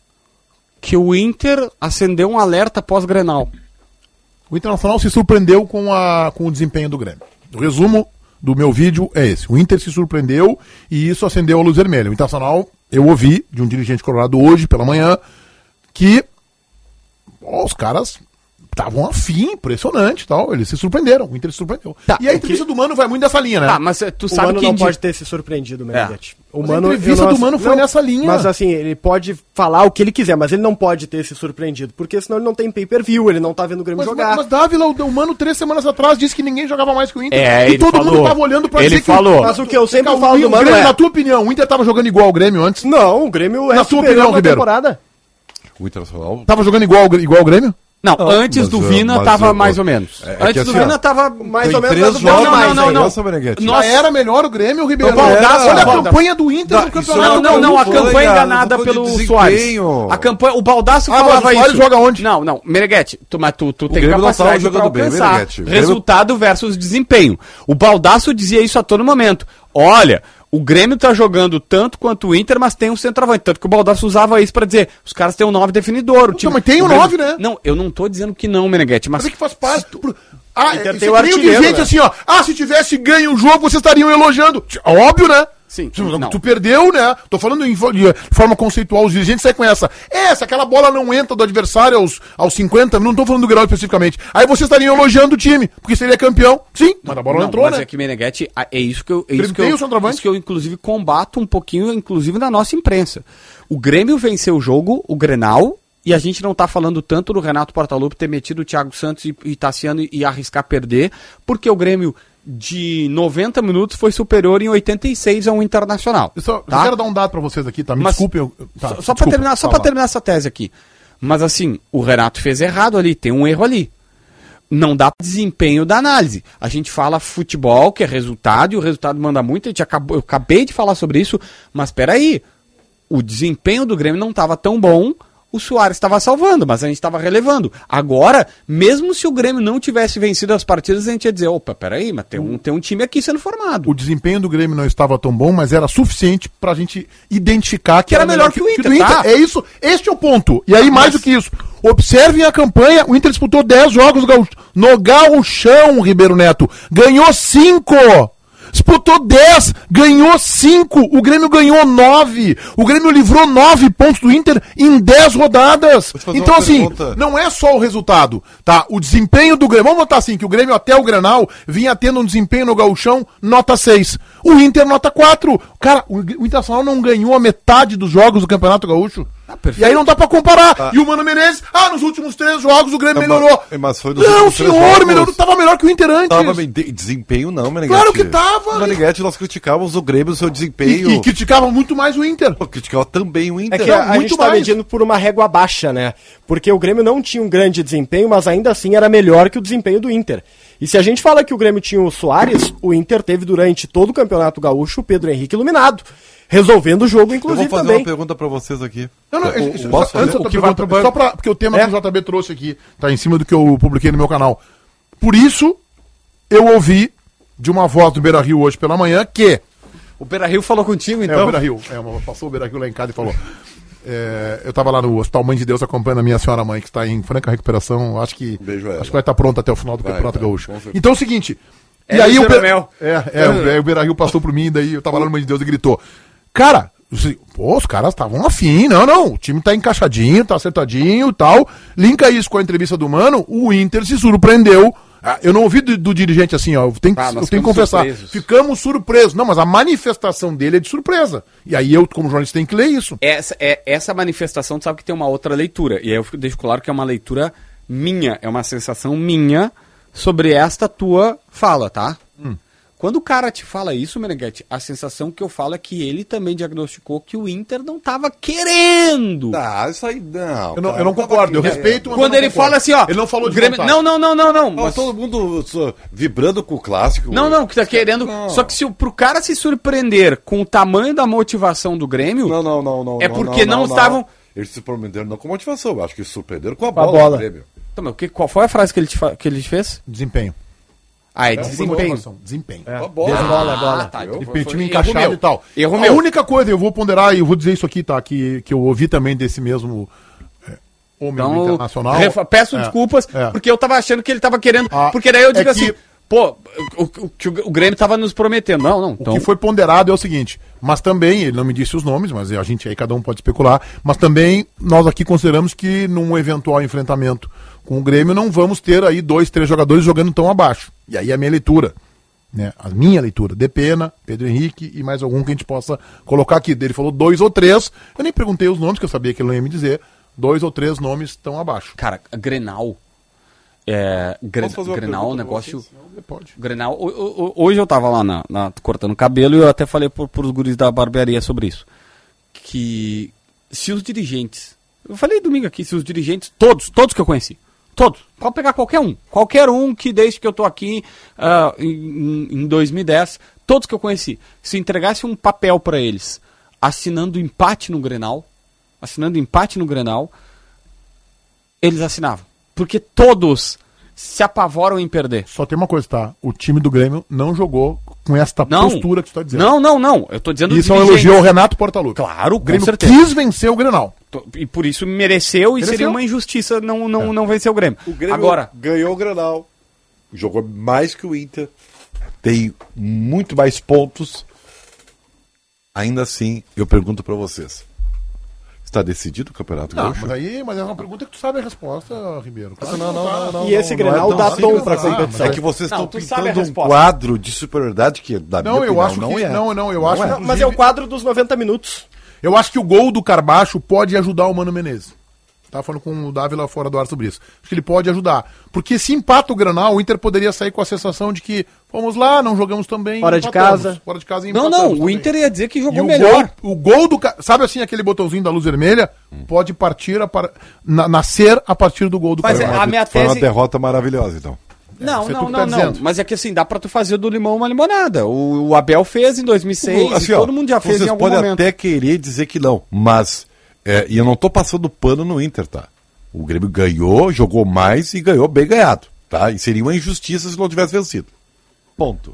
S5: que o Inter acendeu um alerta pós-Grenal.
S2: O Internacional se surpreendeu com, a, com o desempenho do Grêmio. O resumo do meu vídeo é esse. O Inter se surpreendeu e isso acendeu a luz vermelha. O Internacional, eu ouvi de um dirigente colorado hoje pela manhã que ó, os caras estavam afim, impressionante e tal. Eles se surpreenderam. O Inter se surpreendeu.
S5: Tá,
S2: e a entrevista do Mano vai muito nessa linha, né?
S5: Tá, mas eh, tu
S3: O
S5: sabe
S3: Mano
S5: que...
S3: não
S5: indi-
S3: pode ter se surpreendido, Meneghete. O
S2: Mas a
S3: Mano,
S2: entrevista
S3: eu não-
S2: do Mano foi
S3: não,
S2: nessa linha.
S3: Mas assim, ele pode falar o que ele quiser, mas ele não pode ter se surpreendido, porque senão ele não tem pay-per-view, ele não tá vendo o Grêmio
S2: Mas,
S3: jogar.
S2: mas Dávila, o, o Mano, três semanas atrás, disse que ninguém jogava mais que o Inter.
S5: É,
S2: e
S5: ele
S2: todo mundo
S5: falou.
S2: tava olhando pra
S5: Ele
S2: dizer que...
S5: falou.
S3: Mas o que eu sempre
S2: Cara,
S3: falo
S2: o
S3: do Mano
S2: Grêmio,
S3: é...
S2: na tua opinião, o Inter tava jogando igual ao Grêmio antes?
S3: Não, o Grêmio
S2: Na
S3: é
S2: tua
S3: superior
S2: opinião,
S3: na
S2: Ribeiro?
S3: temporada.
S4: O Internacional...
S2: Tava jogando igual, ao- igual ao Grêmio?
S5: Não,
S4: Não,
S5: antes
S4: mas,
S5: do
S4: uh,
S5: Vina
S4: mas,
S5: tava
S4: uh,
S5: mais ou menos.
S4: é- é que
S5: antes do
S4: assim, ó,
S5: Vina tava...
S3: Mais
S4: Tem
S3: ou menos,
S4: três
S3: mas um pouco
S4: jogos,
S3: mais
S5: não, não,
S3: ainda.
S5: não.
S4: Nossa, Meneghete.
S2: Já
S5: Nossa.
S2: era melhor o Grêmio, Ribeiro.
S5: O Baldasso-
S2: Olha a
S5: Balda-
S2: campanha do Inter
S4: Dá-
S2: no
S4: isso
S2: campeonato.
S5: Não, não, não, a
S4: Campanha,
S5: campanha
S4: não
S5: enganada
S4: tô falando
S5: pelo
S4: de
S5: Soares.
S4: desempenho.
S5: A campanha, o Baldasso
S2: Ah, mas
S5: falava
S2: o Soares
S5: isso.
S2: joga onde?
S5: Não, não, Meneghete, tu, mas tu, tu tem
S4: Grêmio não
S5: capacidade
S4: tava
S5: pra
S4: jogando bem,
S5: alcançar
S4: Meneghete. O Grêmio-
S5: resultado versus desempenho. O Baldasso dizia isso a todo momento. olha, o Grêmio tá jogando tanto quanto o Inter, mas tem um centroavante. Tanto que o Baldassi usava isso pra dizer, os caras têm um nove definidor. O time,
S2: Não, mas tem
S5: o
S2: um
S5: Grêmio-
S2: nove, né?
S5: Não, eu não tô dizendo que não, Meneghetti, mas...
S2: Mas é que faz parte. Por- Ah,
S3: Inter
S2: é,
S3: tem
S2: você
S3: o
S2: tem
S3: artilheiro,
S2: gente
S3: né?
S2: assim, ó. Ah, se tivesse ganho o jogo, vocês estariam elogiando. Óbvio, né?
S5: Sim,
S2: Tu,
S5: não.
S2: tu perdeu, né? Tô falando em fo- de forma conceitual, os dirigentes saem com essa. É, se aquela bola não entra do adversário aos, aos cinquenta, não tô falando do Grêmio especificamente. Aí vocês estariam elogiando o time, porque seria campeão. Sim, mas a bola não,
S5: Não,
S2: entrou,
S5: mas
S2: né?
S5: é que Meneghetti, ah, é isso que eu, é
S2: Grêmio
S5: isso que
S2: tem
S5: eu,
S2: o centroavante?
S5: isso que eu inclusive combato um pouquinho, inclusive na nossa imprensa. O Grêmio venceu o jogo, o Grenal, e a gente não tá falando tanto do Renato Portaluppi ter metido o Thiago Santos e, e Tassiano e, e arriscar perder, porque o Grêmio de noventa minutos foi superior em oitenta e seis ao Internacional.
S2: Eu só
S5: tá?
S2: eu quero dar um dado pra vocês aqui, tá? Me
S5: Mas-
S2: desculpem. Eu, tá,
S5: só só
S2: desculpa,
S5: para terminar, só
S2: fala
S5: pra
S2: lá.
S5: terminar essa tese aqui. Mas assim, o Renato fez errado ali, tem um erro ali. Não dá desempenho da análise. A gente fala futebol, que é resultado, e o resultado manda muito. A gente acabou, eu acabei de falar sobre isso, mas peraí. O desempenho do Grêmio não estava tão bom, o Soares estava salvando, mas a gente estava relevando. Agora, mesmo se o Grêmio não tivesse vencido as partidas, a gente ia dizer, opa, peraí, mas tem um, tem um time aqui sendo formado.
S2: O desempenho do Grêmio não estava tão bom, mas era suficiente pra gente identificar que,
S5: Que era melhor que o Inter, tá?
S2: É isso, este é o ponto. E aí, mais
S5: Mas-
S2: do que isso, observem a campanha, o Inter disputou dez jogos gaúcho- no gauchão, Ribeiro Neto. Ganhou cinco. Disputou dez, ganhou cinco, o Grêmio ganhou nove, o Grêmio livrou nove pontos do Inter em dez rodadas.
S4: Vou te fazer
S2: Então
S4: uma
S2: assim,
S4: pergunta.
S2: não é só o resultado, tá? O desempenho do Grêmio, vamos botar assim, que o Grêmio até o Grenal vinha tendo um desempenho no gauchão nota seis. O Inter nota quatro. Cara, o o Internacional não ganhou a metade dos jogos do Campeonato Gaúcho.
S5: Ah, perfeito.
S2: E aí não dá pra comparar.
S4: Tá.
S2: E o Mano Menezes, ah, nos últimos três jogos o Grêmio
S4: Não,
S2: melhorou.
S4: mas- mas foi nos
S2: Não,
S4: últimos três
S2: senhor,
S4: jogos.
S2: melhorou, tava melhor que o Inter antes.
S4: Tava bem, de- desempenho não, Meneghetti.
S2: Claro que tava.
S4: Meneghetti, nós criticávamos o Grêmio, o seu
S2: E,
S4: desempenho.
S2: e criticavam muito mais o Inter.
S4: Pô, criticava também o
S3: É
S4: Inter.
S3: que a, a
S2: muito
S3: gente tá
S2: mais.
S3: medindo por uma régua baixa, né? Porque o Grêmio não tinha um grande desempenho, mas ainda assim era melhor que o desempenho do Inter. E se a gente fala que o Grêmio tinha o Soares, o Inter teve durante todo o Campeonato Gaúcho o Pedro Henrique iluminado, resolvendo o jogo,
S4: Eu
S3: inclusive,
S4: vou fazer
S3: também.
S4: uma pergunta pra vocês aqui.
S2: Não, não,
S4: O-
S2: isso,
S4: posso
S2: só,
S4: fazer?
S2: antes da
S5: O
S2: tua
S5: que vai
S2: pergunta,
S5: pro
S2: só pra, porque o tema
S3: É.
S2: que o J B trouxe aqui tá em cima do que eu publiquei no meu canal. Por isso, eu ouvi de uma voz do Beira Rio hoje pela manhã que.
S5: O Beira-Rio falou contigo,
S2: É, o
S5: então.
S2: Beira Rio. É, uma- passou o Beira Rio lá em casa e falou. É, eu tava lá no Hospital Mãe de Deus acompanhando a minha senhora mãe, que está em franca recuperação. Acho que.
S4: Beijo a ela.
S2: Acho que vai estar pronta até o final do
S4: Vai,
S2: Campeonato
S4: vai,
S2: Gaúcho.
S4: com certeza.
S2: Então é o seguinte.
S5: É
S2: e aí
S5: do
S2: o, Be-
S5: Jeromel.
S2: é, é, o, é, o Beira Rio passou por mim, daí eu tava lá no Mãe de Deus e gritou. Cara, assim, pô, os caras estavam afim, não, não. O time tá encaixadinho, tá acertadinho e tal. Linka isso com a entrevista do Mano, o Inter se surpreendeu. Ah, eu não ouvi do, do dirigente assim, ó. Eu tenho, que-
S5: Ah, nós
S2: eu tenho que
S5: ficamos
S2: confessar.
S5: surpresos.
S2: Ficamos surpresos. Não, mas a manifestação dele é de surpresa. E aí eu, como jornalista, tenho que ler isso.
S5: Essa, é, essa manifestação, tu sabe que tem uma outra leitura. E aí eu fico- deixo claro que é uma leitura minha, é uma sensação minha sobre esta tua fala, tá?
S2: Hum.
S5: Quando o cara te fala isso, Meneghetti, a sensação que eu falo é que ele também diagnosticou que o Inter não tava querendo.
S4: Ah, isso aí não.
S2: Eu não,
S4: cara,
S2: eu não
S4: tava
S2: concordo, eu
S4: querendo.
S2: respeito, mas
S5: Quando
S2: eu não
S5: ele
S2: concordo.
S5: fala assim, ó.
S2: Ele não falou
S5: o
S2: de
S5: Grêmio...
S2: vontade.
S5: Não, não, não, não, não.
S4: Ó,
S5: mas-
S4: todo mundo só, vibrando com o clássico.
S5: Não, não, que tá querendo.
S4: Não.
S5: Só que se o- pro cara se surpreender com o tamanho da motivação do Grêmio.
S4: Não, não, não, não.
S5: É porque não estavam-
S4: Eles se surpreenderam não com motivação, eu acho que se surpreenderam com a
S3: Com a
S4: bola,
S3: bola.
S4: do Grêmio.
S5: Então, mas o que, qual foi a frase que ele, te fa- que ele te fez?
S2: Desempenho.
S5: Ah, é,
S2: Não foi
S5: desempenho.
S2: motivação, Desempenho.
S4: Com a bola.
S3: Bola, é bola.
S5: Ah, tá.
S4: Eu-
S5: Então
S2: E
S5: foi-
S2: o time
S5: foi-
S2: encaixado
S5: erro meu.
S2: e tal.
S5: Erro
S2: a
S5: meu.
S2: única coisa, eu vou ponderar e eu vou dizer isso aqui, tá? Que, que eu ouvi também desse mesmo é, homem do
S5: Então,
S2: internacional.
S5: refa- peço
S2: É,
S5: desculpas,
S2: é.
S5: porque eu tava achando que ele tava querendo.
S2: Ah,
S5: porque daí eu digo
S2: é
S5: assim,
S2: que-
S5: pô, o, o, que o, o Grêmio tava nos prometendo. Não, não.
S2: O
S5: Então,
S2: que foi ponderado é o seguinte, mas também, ele não me disse os nomes, mas a gente aí cada um pode especular, mas também nós aqui consideramos que num eventual enfrentamento com o Grêmio não vamos ter aí dois, três jogadores jogando tão abaixo. E aí a minha leitura, né? A minha leitura, Depena, Pedro Henrique e mais algum que a gente possa colocar aqui. Ele falou dois ou três, eu nem perguntei os nomes, que eu sabia que ele não ia me dizer, dois ou três nomes estão abaixo.
S5: cara, a Grenal. É, Gre-
S4: Posso fazer uma
S5: Grenal,
S4: pergunta pra
S5: negócio.
S4: vocês?
S2: Pode.
S5: Grenal. o- o- o- Hoje eu tava lá na, na- cortando cabelo e eu até falei pro, pros guris da barbearia sobre isso. Que se os dirigentes. Eu falei domingo aqui, se os dirigentes, todos, todos que eu conheci, todos, pode pegar qualquer um. Qualquer um que desde que eu tô aqui ah, em, em dois mil e dez, todos que eu conheci, se entregasse um papel pra eles assinando empate no Grenal, assinando empate no Grenal, eles assinavam. Porque todos se apavoram em perder.
S2: Só tem uma coisa, tá? O time do Grêmio não jogou com esta
S5: Não.
S2: postura que tu tá dizendo.
S5: Não, não, não. Eu tô dizendo
S2: Isso é um
S5: dirigentes.
S2: elogio ao Renato Portaluppi.
S5: Claro,
S2: O
S5: com
S2: Grêmio
S5: certeza.
S2: quis vencer o Grenal.
S5: E por isso mereceu,
S2: Mereceu.
S5: e seria uma injustiça não, não, não vencer o Grêmio.
S4: O Grêmio
S5: Agora,
S4: ganhou o Grenal, jogou mais que o Inter, tem muito mais pontos. Ainda assim, eu pergunto pra vocês: está decidido o Campeonato
S2: Não,
S4: Gaúcho?
S2: mas aí mas é uma pergunta que tu sabe a resposta, Ribeiro. Claro
S4: Não,
S2: que
S4: não,
S2: tá.
S4: não, não,
S3: E esse
S4: não,
S3: Grenal
S4: não é
S3: dá
S4: tão
S3: tom
S4: simples
S3: pra
S2: assim,
S3: competição.
S4: É que vocês
S5: Não,
S4: estão
S5: tu sabe a
S4: pintando um
S5: resposta.
S4: quadro de superioridade que, da
S2: Não,
S4: minha
S2: eu
S4: opinião,
S2: acho
S4: não
S2: que
S4: é.
S2: não, não, eu
S4: Não
S2: acho
S4: é.
S2: que
S3: Mas é o quadro dos noventa minutos.
S2: Eu acho que o gol do Carbacho pode ajudar o Mano Menezes. Tava falando com o Dávila fora do ar sobre isso. Acho que ele pode ajudar. Porque se empata o Grenal, o Inter poderia sair com a sensação de que fomos lá, não jogamos também.
S3: Fora de
S2: empatamos.
S3: casa.
S2: Fora de casa e
S5: não,
S2: empatamos
S5: não, o
S2: também.
S5: Inter ia dizer que
S2: E
S5: jogou
S2: o
S5: melhor.
S2: gol, o gol do. ca- Sabe assim, aquele botãozinho da luz vermelha? Pode partir a par... na- nascer a partir do gol do
S5: Mas é,
S2: Carbacho.
S5: a minha
S4: Foi uma
S5: tese...
S4: derrota maravilhosa, então.
S5: Não,
S2: isso é
S5: não,
S2: tu que
S5: não,
S2: tá
S5: não.
S2: dizendo.
S5: Mas é que assim, dá pra tu fazer do limão uma limonada. O, o Abel fez em dois mil e seis,
S4: Assim,
S5: e
S4: ó,
S5: todo mundo já fez
S4: vocês
S5: em algum
S4: podem
S5: momento.
S4: até querer dizer que não, mas é, e eu não tô passando pano no Inter, tá? O Grêmio ganhou, jogou mais e ganhou bem ganhado, tá? E seria uma injustiça se não tivesse vencido. Ponto.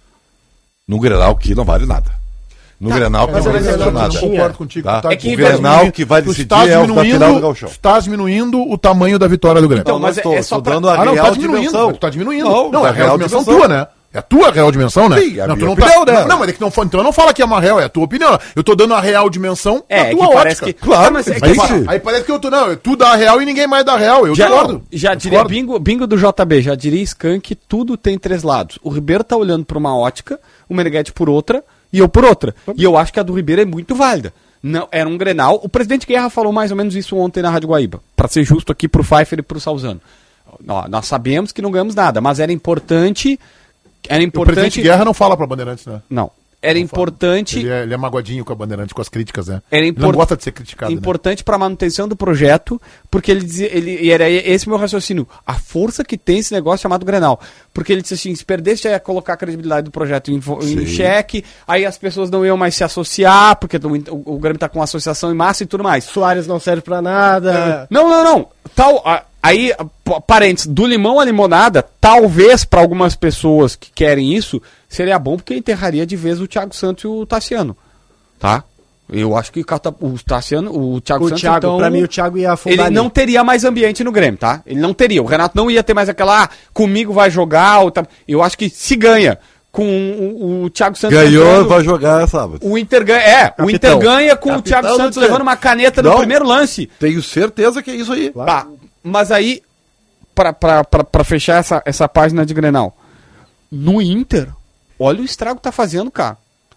S4: No Grenal que não vale nada. No Grenal que
S2: Mas
S4: não
S2: é
S4: vale
S2: verdade, eu
S4: nada.
S2: não concordo contigo.
S4: Tá?
S2: Tu tá-
S5: É que
S2: tu
S5: o
S2: estás
S4: Grenal
S2: diminuindo-
S4: que vai
S2: tu
S4: decidir
S2: estás
S4: é o da
S2: diminuindo-
S4: final do Gauchão.
S2: tu estás diminuindo o tamanho da vitória do Grêmio.
S5: Então,
S4: Não,
S5: mas
S4: não
S5: é-
S4: estou,
S5: é só
S4: estou
S5: pra-
S4: dando a
S2: Ah, não,
S4: real
S2: tá diminuindo.
S4: dimensão.
S2: Tu tá diminuindo.
S4: Não,
S2: Não,
S4: da
S2: é a real dimensão tua, né? É a tua real dimensão, né?
S4: Sim, é a
S2: não,
S4: minha
S2: tu não
S4: opinião,
S2: tá,
S4: né?
S2: não, não, mas é que não, fa- então não fala que é uma real, é a tua opinião. Eu tô dando a real dimensão
S5: É,
S2: da
S5: que
S2: tua
S5: parece
S2: ótica.
S5: que...
S4: Claro,
S5: Não, mas é que
S2: Aí,
S4: Aí
S2: pa-
S4: sim.
S2: aí parece que eu tô, não, tu dá a real e ninguém mais dá a real. Eu
S5: Já,
S2: discordo.
S5: já
S2: Eu
S5: diria
S2: discordo.
S5: bingo, bingo do J B, já diria Skank, tudo tem três lados. O Ribeiro tá olhando por uma ótica, o Meneghetti por outra e eu por outra. E eu acho que a do Ribeiro é muito válida. Não, era um Grenal. O presidente Guerra falou mais ou menos isso ontem na Rádio Guaíba, pra ser justo aqui pro Pfeiffer e pro Salzano. Ó, nós sabemos que não ganhamos nada, mas era importante. Era
S2: O
S5: importante.
S2: presidente Guerra não fala pra Bandeirantes, né?
S5: Não. Era importante.
S2: Ele é, ele é magoadinho com a Bandeirantes, com as críticas, né?
S5: Era
S2: Ele
S5: impor-
S2: não gosta de ser criticado, né?
S5: importante para a manutenção do projeto, porque ele dizia, ele, e era esse meu raciocínio, a força que tem esse negócio chamado Grenal. Porque ele disse assim, se perdesse ia colocar a credibilidade do projeto em, vo- em xeque, aí as pessoas não iam mais se associar, porque o, o, o Grêmio tá com uma associação em massa e tudo mais.
S3: Soares não serve pra nada.
S5: Não, não, não. Tal, a- aí, p- parênteses, do limão à limonada, talvez para algumas pessoas que querem isso, seria bom porque enterraria de vez o Thiago Santos e o Tassiano. Tá? Eu acho que o Cata- o Tassiano, o Thiago
S3: O
S5: Santos,
S3: Thiago,
S5: então,
S3: pra mim, o Thiago ia afundar.
S5: ele não
S3: ali.
S5: teria mais ambiente no Grêmio, tá? Ele não teria. O Renato não ia ter mais aquela, ah, comigo vai jogar. Ou tá... Eu acho que se ganha com o, o Thiago Santos.
S4: Ganhou,
S5: entrando,
S4: vai jogar sábado.
S5: o Inter ganha. É, o Inter ganha com
S4: Capitão
S5: o Thiago
S4: do
S5: Santos
S4: Inter.
S5: levando uma caneta no
S4: Não.
S5: primeiro lance.
S4: Tenho certeza que é isso aí.
S5: Tá, mas aí, pra, pra, pra, pra fechar essa, essa página de Grenal, no Inter, olha o estrago que tá fazendo, cara.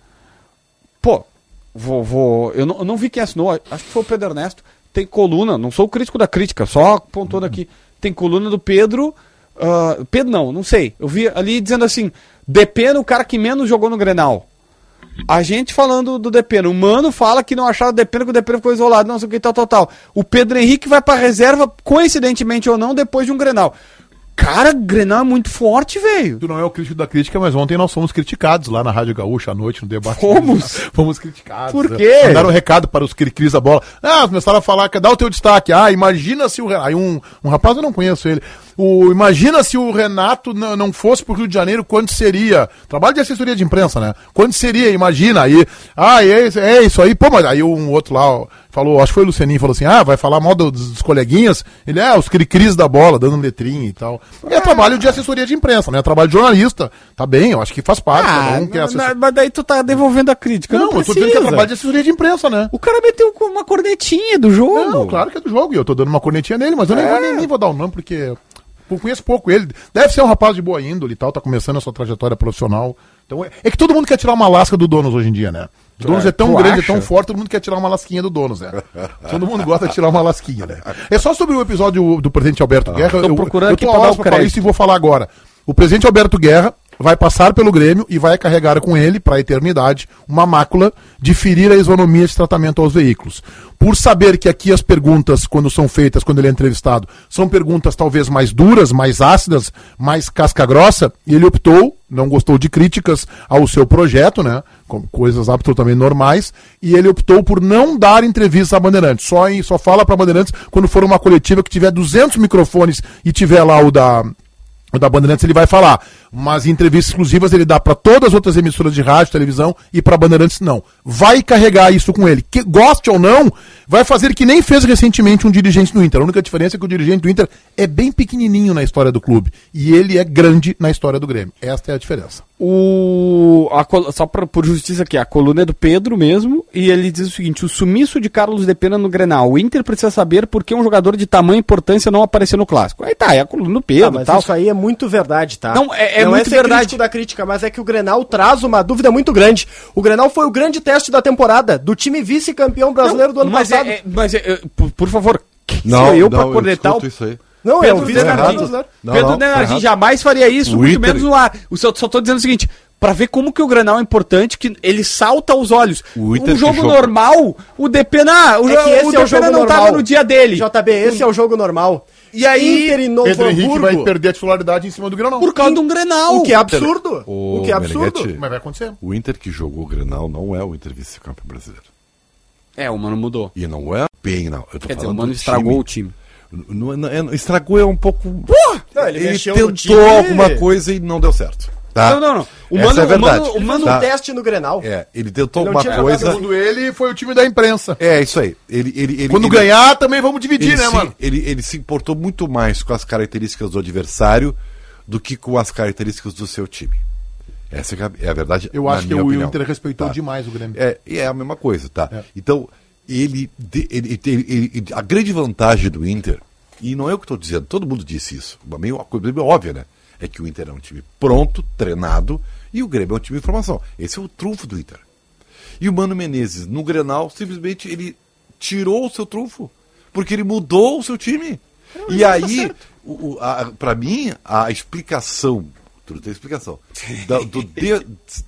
S5: Pô, vou, vou, eu, não, eu não vi quem assinou, acho que foi o Pedro Ernesto. Tem coluna, não sou o crítico da crítica, só apontando aqui. Tem coluna do Pedro. ah, Pedro não, não sei. Eu vi ali dizendo assim: Depena o cara que menos jogou no Grenal. A gente falando do Depena. O Mano fala que não achava o Depena, que o Depena ficou isolado, não sei o que, tal, tal, tal. O Pedro Henrique vai pra reserva, coincidentemente ou não, depois de um Grenal. Cara, Grenal é muito forte, velho.
S2: Tu não é o crítico da crítica, mas ontem nós fomos criticados lá na Rádio Gaúcha à noite, no debate.
S5: Fomos?
S2: Fomos criticados.
S5: Por
S2: né?
S5: quê?
S2: Mandaram um recado para os cri-cris da bola. Ah, começaram a falar, que dá o teu destaque. Ah, imagina se o Renato... Aí um, um rapaz, eu não conheço ele. O, imagina se o Renato n- não fosse pro Rio de Janeiro, quando seria? Trabalho de assessoria de imprensa, né? Quando seria? Imagina. Aí, ah, é, isso- é isso aí. Pô, mas aí um outro lá ó, falou, acho que foi o Lucianinho, falou assim, ah, vai falar mal do- dos, dos coleguinhas? Ele, é, os cri-cris da bola, dando letrinha e tal. É trabalho de assessoria de imprensa, né? É trabalho de jornalista. Tá bem, eu acho que faz parte. cada um quer
S5: na-
S2: assessor...
S5: na- mas daí tu tá devolvendo a crítica.
S2: Não,
S5: Não,
S2: eu tô dizendo que é trabalho de assessoria de imprensa, né?
S5: O cara meteu com uma cornetinha do jogo.
S2: Não, claro que é do jogo, e eu tô dando uma cornetinha nele, mas eu nem, vou, nem, nem vou dar o nome, porque eu conheço pouco ele. Deve ser um rapaz de boa índole e tal, tá começando a sua trajetória profissional. Então, é, é que todo mundo quer tirar uma lasca do Donos hoje em dia, né? O Donos é, tão
S5: tu
S2: grande,
S5: acha?
S2: é tão forte, todo mundo quer tirar uma lasquinha do Donos, né? Todo mundo gosta de tirar uma lasquinha, né? É só sobre o episódio do presidente Alberto Guerra.
S5: tô
S2: eu,
S5: procurando
S2: eu
S5: aqui
S2: tô
S5: pra dar
S2: a
S5: o
S2: hora pra falar
S5: crédito.
S2: isso e vou falar agora. O presidente Alberto Guerra vai passar pelo Grêmio e vai carregar com ele, para a eternidade, uma mácula de ferir a isonomia de tratamento aos veículos. Por saber que aqui as perguntas, quando são feitas, quando ele é entrevistado, são perguntas talvez mais duras, mais ácidas, mais casca-grossa, e ele optou, não gostou de críticas ao seu projeto, né, como coisas absolutamente normais, e ele optou por não dar entrevista à Bandeirantes. Só, em, só fala para a Bandeirantes quando for uma coletiva que tiver duzentos microfones e tiver lá o da... O da Bandeirantes ele vai falar, mas em entrevistas exclusivas ele dá para todas as outras emissoras de rádio, televisão e para Bandeirantes não. Vai carregar isso com ele. Que goste ou não, vai fazer que nem fez recentemente um dirigente do Inter. A única diferença é que o dirigente do Inter é bem pequenininho na história do clube e ele é grande na história do Grêmio. Esta é a diferença.
S5: O, a, só pra, por justiça aqui, a coluna é do Pedro mesmo, e ele diz o seguinte: o sumiço de Carlos Depena no Grenal. O Inter precisa saber por que um jogador de tamanha importância não apareceu no Clássico. Aí tá, é a coluna do Pedro.
S3: Ah, mas
S5: tal.
S3: isso aí é muito verdade, tá?
S5: Não, é, é
S3: não
S5: muito
S3: é ser
S5: verdade.
S3: crítico da crítica, mas é que o Grenal traz uma dúvida muito grande. O Grenal foi o grande teste da temporada, do time vice-campeão brasileiro
S5: Não,
S3: do ano
S5: mas
S3: passado.
S5: É, é, mas é, é, por, por favor, quem
S4: Não,
S5: sou eu
S4: não,
S5: pra cornetar o...
S4: isso aí.
S3: Não, é
S5: Pedro
S3: o vice-campeão
S5: Denardim.
S3: brasileiro.
S4: Não,
S5: Pedro
S4: não,
S5: Denardim
S4: tá errado.
S5: jamais faria isso,
S4: O
S5: muito
S4: Inter-
S5: menos no ar. O só, só tô dizendo o seguinte, pra ver como que o Grenal é importante, que ele salta aos olhos.
S4: O Inter
S5: um jogo
S4: que joga-
S5: normal, o Depena, o,
S3: É que esse
S5: o
S3: é o
S5: Depena
S3: jogo
S5: não
S3: normal.
S5: tava no dia dele.
S3: J B, esse é o jogo normal.
S5: E aí,
S3: Inter e Novo
S2: Pedro Henrique
S3: Hamburgo.
S2: vai perder a titularidade em cima do Grenal.
S5: por causa de um Grenal.
S3: O que é absurdo.
S4: O
S3: O que é absurdo.
S4: Meneghetti,
S2: Mas vai acontecer.
S4: o Inter que jogou o Grenal não é o Inter vice-campeão brasileiro.
S5: É, o Mano mudou.
S4: E não é bem, não. Eu tô
S5: Quer dizer, o
S4: falando
S5: Mano
S4: do
S5: estragou o time.
S4: Não, não, é- estragou é um pouco...
S3: Não, ele
S4: ele
S3: mexeu no
S4: tentou
S3: time.
S4: alguma coisa e não deu certo. Tá?
S5: Não, não, não. O
S4: Essa
S5: Mano,
S4: é
S5: o
S4: verdade.
S5: Mano, o
S3: Ele
S5: Mano
S3: fez um
S4: Tá.
S3: teste no Grenal.
S4: É, ele tentou
S3: Ele não
S4: alguma
S3: tinha
S4: coisa...
S3: jogado
S2: Segundo ele, foi o time da imprensa.
S4: É, isso aí. Ele, ele, ele,
S2: Quando
S4: ele,
S2: ganhar, também vamos dividir,
S4: ele
S2: né,
S4: se,
S2: mano?
S4: Ele, ele se importou muito mais com as características do adversário do que com as características do seu time. Essa é a, é a verdade.
S2: Eu
S4: na
S2: acho que
S4: minha
S2: o
S4: opinião.
S2: Inter respeitou
S4: Tá.
S2: demais o Grêmio.
S4: É, e é a mesma coisa, tá?
S2: É.
S4: Então, ele, de- ele, ele- ele- ele- a grande vantagem do Inter, e não é eu que estou dizendo, todo mundo disse isso, uma meio uma coisa meio óbvia, né? É que o Inter é um time pronto, treinado, e o Grêmio é um time de formação. Esse é o trunfo do Inter. E o Mano Menezes, no Grenal, simplesmente ele tirou o seu trunfo, porque ele mudou o seu time. E aí, o, o, a, pra mim, a explicação, tudo tem explicação, da- do de-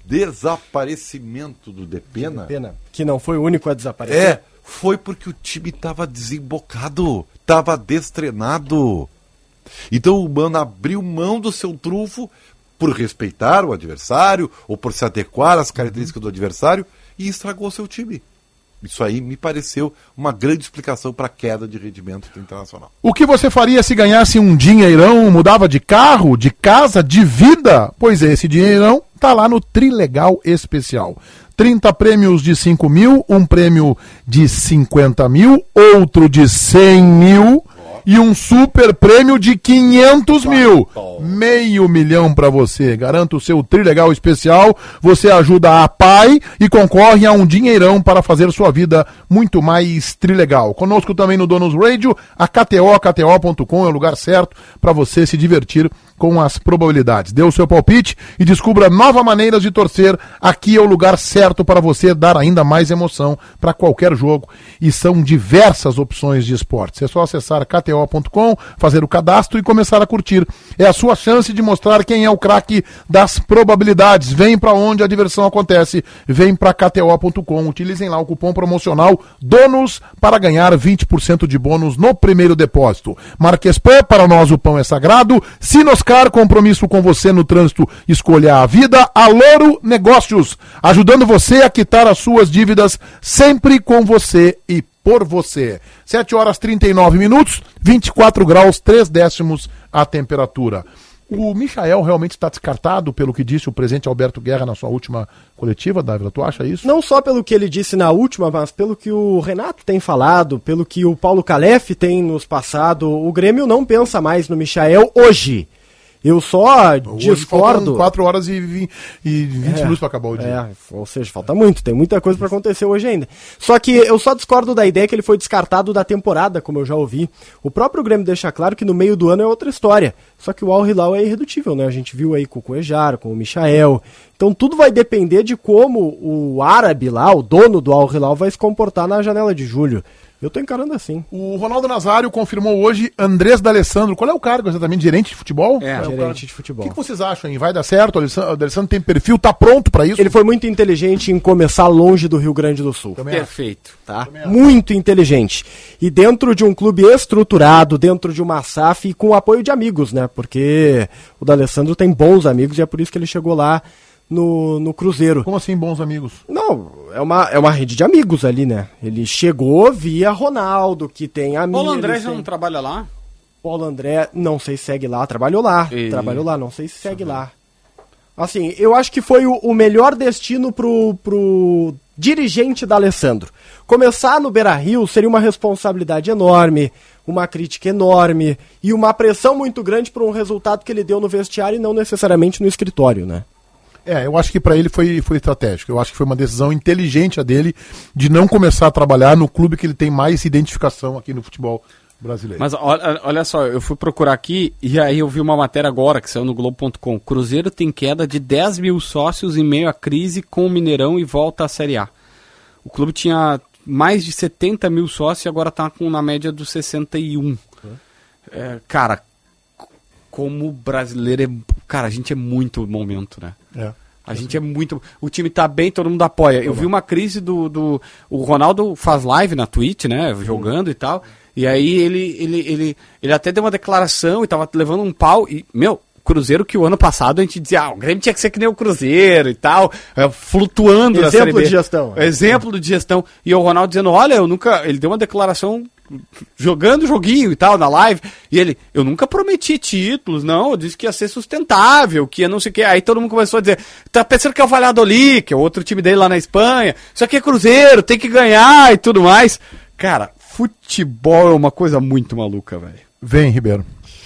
S4: desaparecimento do Depena,
S3: Pena. Que não foi o único a desaparecer.
S4: é, foi porque o time estava desembocado, estava destreinado. Então o Mano abriu mão do seu trunfo por respeitar o adversário ou por se adequar às características do adversário e estragou o seu time. Isso aí me pareceu uma grande explicação para a queda de rendimento do Internacional.
S2: O que você faria se ganhasse um dinheirão? Mudava de carro, de casa, de vida? Pois é, esse dinheirão tá lá no Trilegal Especial. trinta prêmios de cinco mil, um prêmio de cinquenta mil, outro de cem mil e um super prêmio de quinhentos mil. Meio milhão para você. Garanta o seu Trilegal Especial. Você ajuda a Pai e concorre a um dinheirão para fazer sua vida muito mais trilegal. Conosco também no Donos Radio, a K T O, K T O ponto com é o lugar certo para você se divertir com as probabilidades. Dê o seu palpite e descubra novas maneiras de torcer. Aqui é o lugar certo para você dar ainda mais emoção para qualquer jogo. E são diversas opções de esportes. É só acessar K T O ponto com, fazer o cadastro e começar a curtir. É a sua chance de mostrar quem é o craque das probabilidades. Vem para onde a diversão acontece. Vem para K T O ponto com. Utilizem lá o cupom promocional DONOS para ganhar vinte por cento de bônus no primeiro depósito. Marquespan, para nós o pão é sagrado. Sinoscar, compromisso com você no trânsito, escolha a vida. Aloro Negócios, ajudando você a quitar as suas dívidas, sempre com você e por você. sete horas e trinta e nove minutos, vinte e quatro graus, três décimos a temperatura. O Michael realmente está descartado pelo que disse o presidente Alberto Guerra na sua última coletiva, Dávila? Tu acha isso?
S3: Não só pelo que ele disse na última, mas pelo que o Renato tem falado, pelo que o Paulo Calef tem nos passado, o Grêmio não pensa mais no Michael hoje. Eu só
S2: Hoje
S3: discordo.
S2: faltam quatro horas e vinte minutos para acabar o dia.
S3: É, ou seja, falta muito, tem muita coisa pra acontecer hoje ainda. Só que eu só discordo da ideia que ele foi descartado da temporada, como eu já ouvi. O próprio Grêmio deixa claro que no meio do ano é outra história. Só que o Al Hilal é irredutível, né? A gente viu aí com o Cuejar, com o Michael. Então tudo vai depender de como o árabe lá, o dono do Al Hilal, vai se comportar na janela de julho. Eu tô encarando assim.
S2: O Ronaldo Nazário confirmou hoje Andrés D'Alessandro. Qual é o cargo exatamente? Gerente de futebol?
S5: É,
S2: Qual o
S3: gerente
S2: cargo?
S3: de futebol.
S2: O que, que vocês acham, hein? Vai dar certo? O D'Alessandro, o D'Alessandro tem perfil, tá pronto para isso?
S3: Ele foi muito inteligente em começar longe do Rio Grande do Sul.
S2: Também acho.
S5: Perfeito.
S3: Tá? Muito inteligente. E dentro de um clube estruturado, dentro de uma S A F e com apoio de amigos, né? Porque o D'Alessandro tem bons amigos e é por isso que ele chegou lá no, no Cruzeiro.
S2: Como assim, bons amigos?
S3: Não, é uma, é uma rede de amigos ali, né? Ele chegou via Ronaldo, que tem amigos.
S5: Paulo André já não trabalha lá?
S3: Paulo André, não sei se segue lá, trabalhou lá,
S5: E...
S3: trabalhou lá, não sei se segue lá. Assim, eu acho que foi o, o melhor destino pro, pro dirigente da Alessandro. Começar no Beira-Rio seria uma responsabilidade enorme, uma crítica enorme e uma pressão muito grande por um resultado que ele deu no vestiário e não necessariamente no escritório, né?
S2: É, eu acho que para ele foi, foi estratégico. Eu acho que foi uma decisão inteligente a dele de não começar a trabalhar no clube que ele tem mais identificação aqui no futebol brasileiro.
S5: Mas olha, olha só, eu fui procurar aqui e aí eu vi uma matéria agora que saiu no Globo ponto com. Cruzeiro tem queda de dez mil sócios em meio à crise com o Mineirão e volta à Série A. O clube tinha mais de setenta mil sócios e agora está na média dos sessenta e um. É, cara, como brasileiro, é, cara, a gente é muito momento, né?
S2: É.
S5: A gente é muito... O time tá bem, todo mundo apoia. Eu vi uma crise do... do o Ronaldo faz live na Twitch, né? Jogando e tal. E aí ele, ele, ele, ele até deu uma declaração e tava levando um pau. E, meu, Cruzeiro que o ano passado a gente dizia, ah, o Grêmio tinha que ser que nem o Cruzeiro e tal. É, flutuando na Série B.
S3: Exemplo de gestão.
S5: Exemplo de gestão. E o Ronaldo dizendo, olha, eu nunca... Ele deu uma declaração... jogando joguinho e tal na live, e ele, eu nunca prometi títulos, não, eu disse que ia ser sustentável, que ia não sei o que, aí todo mundo começou a dizer, tá pensando que é o Valladolid, que é o outro time dele lá na Espanha, isso aqui é Cruzeiro, tem que ganhar e tudo mais. Cara, futebol é uma coisa muito maluca, velho.
S2: Vem, Ribeiro.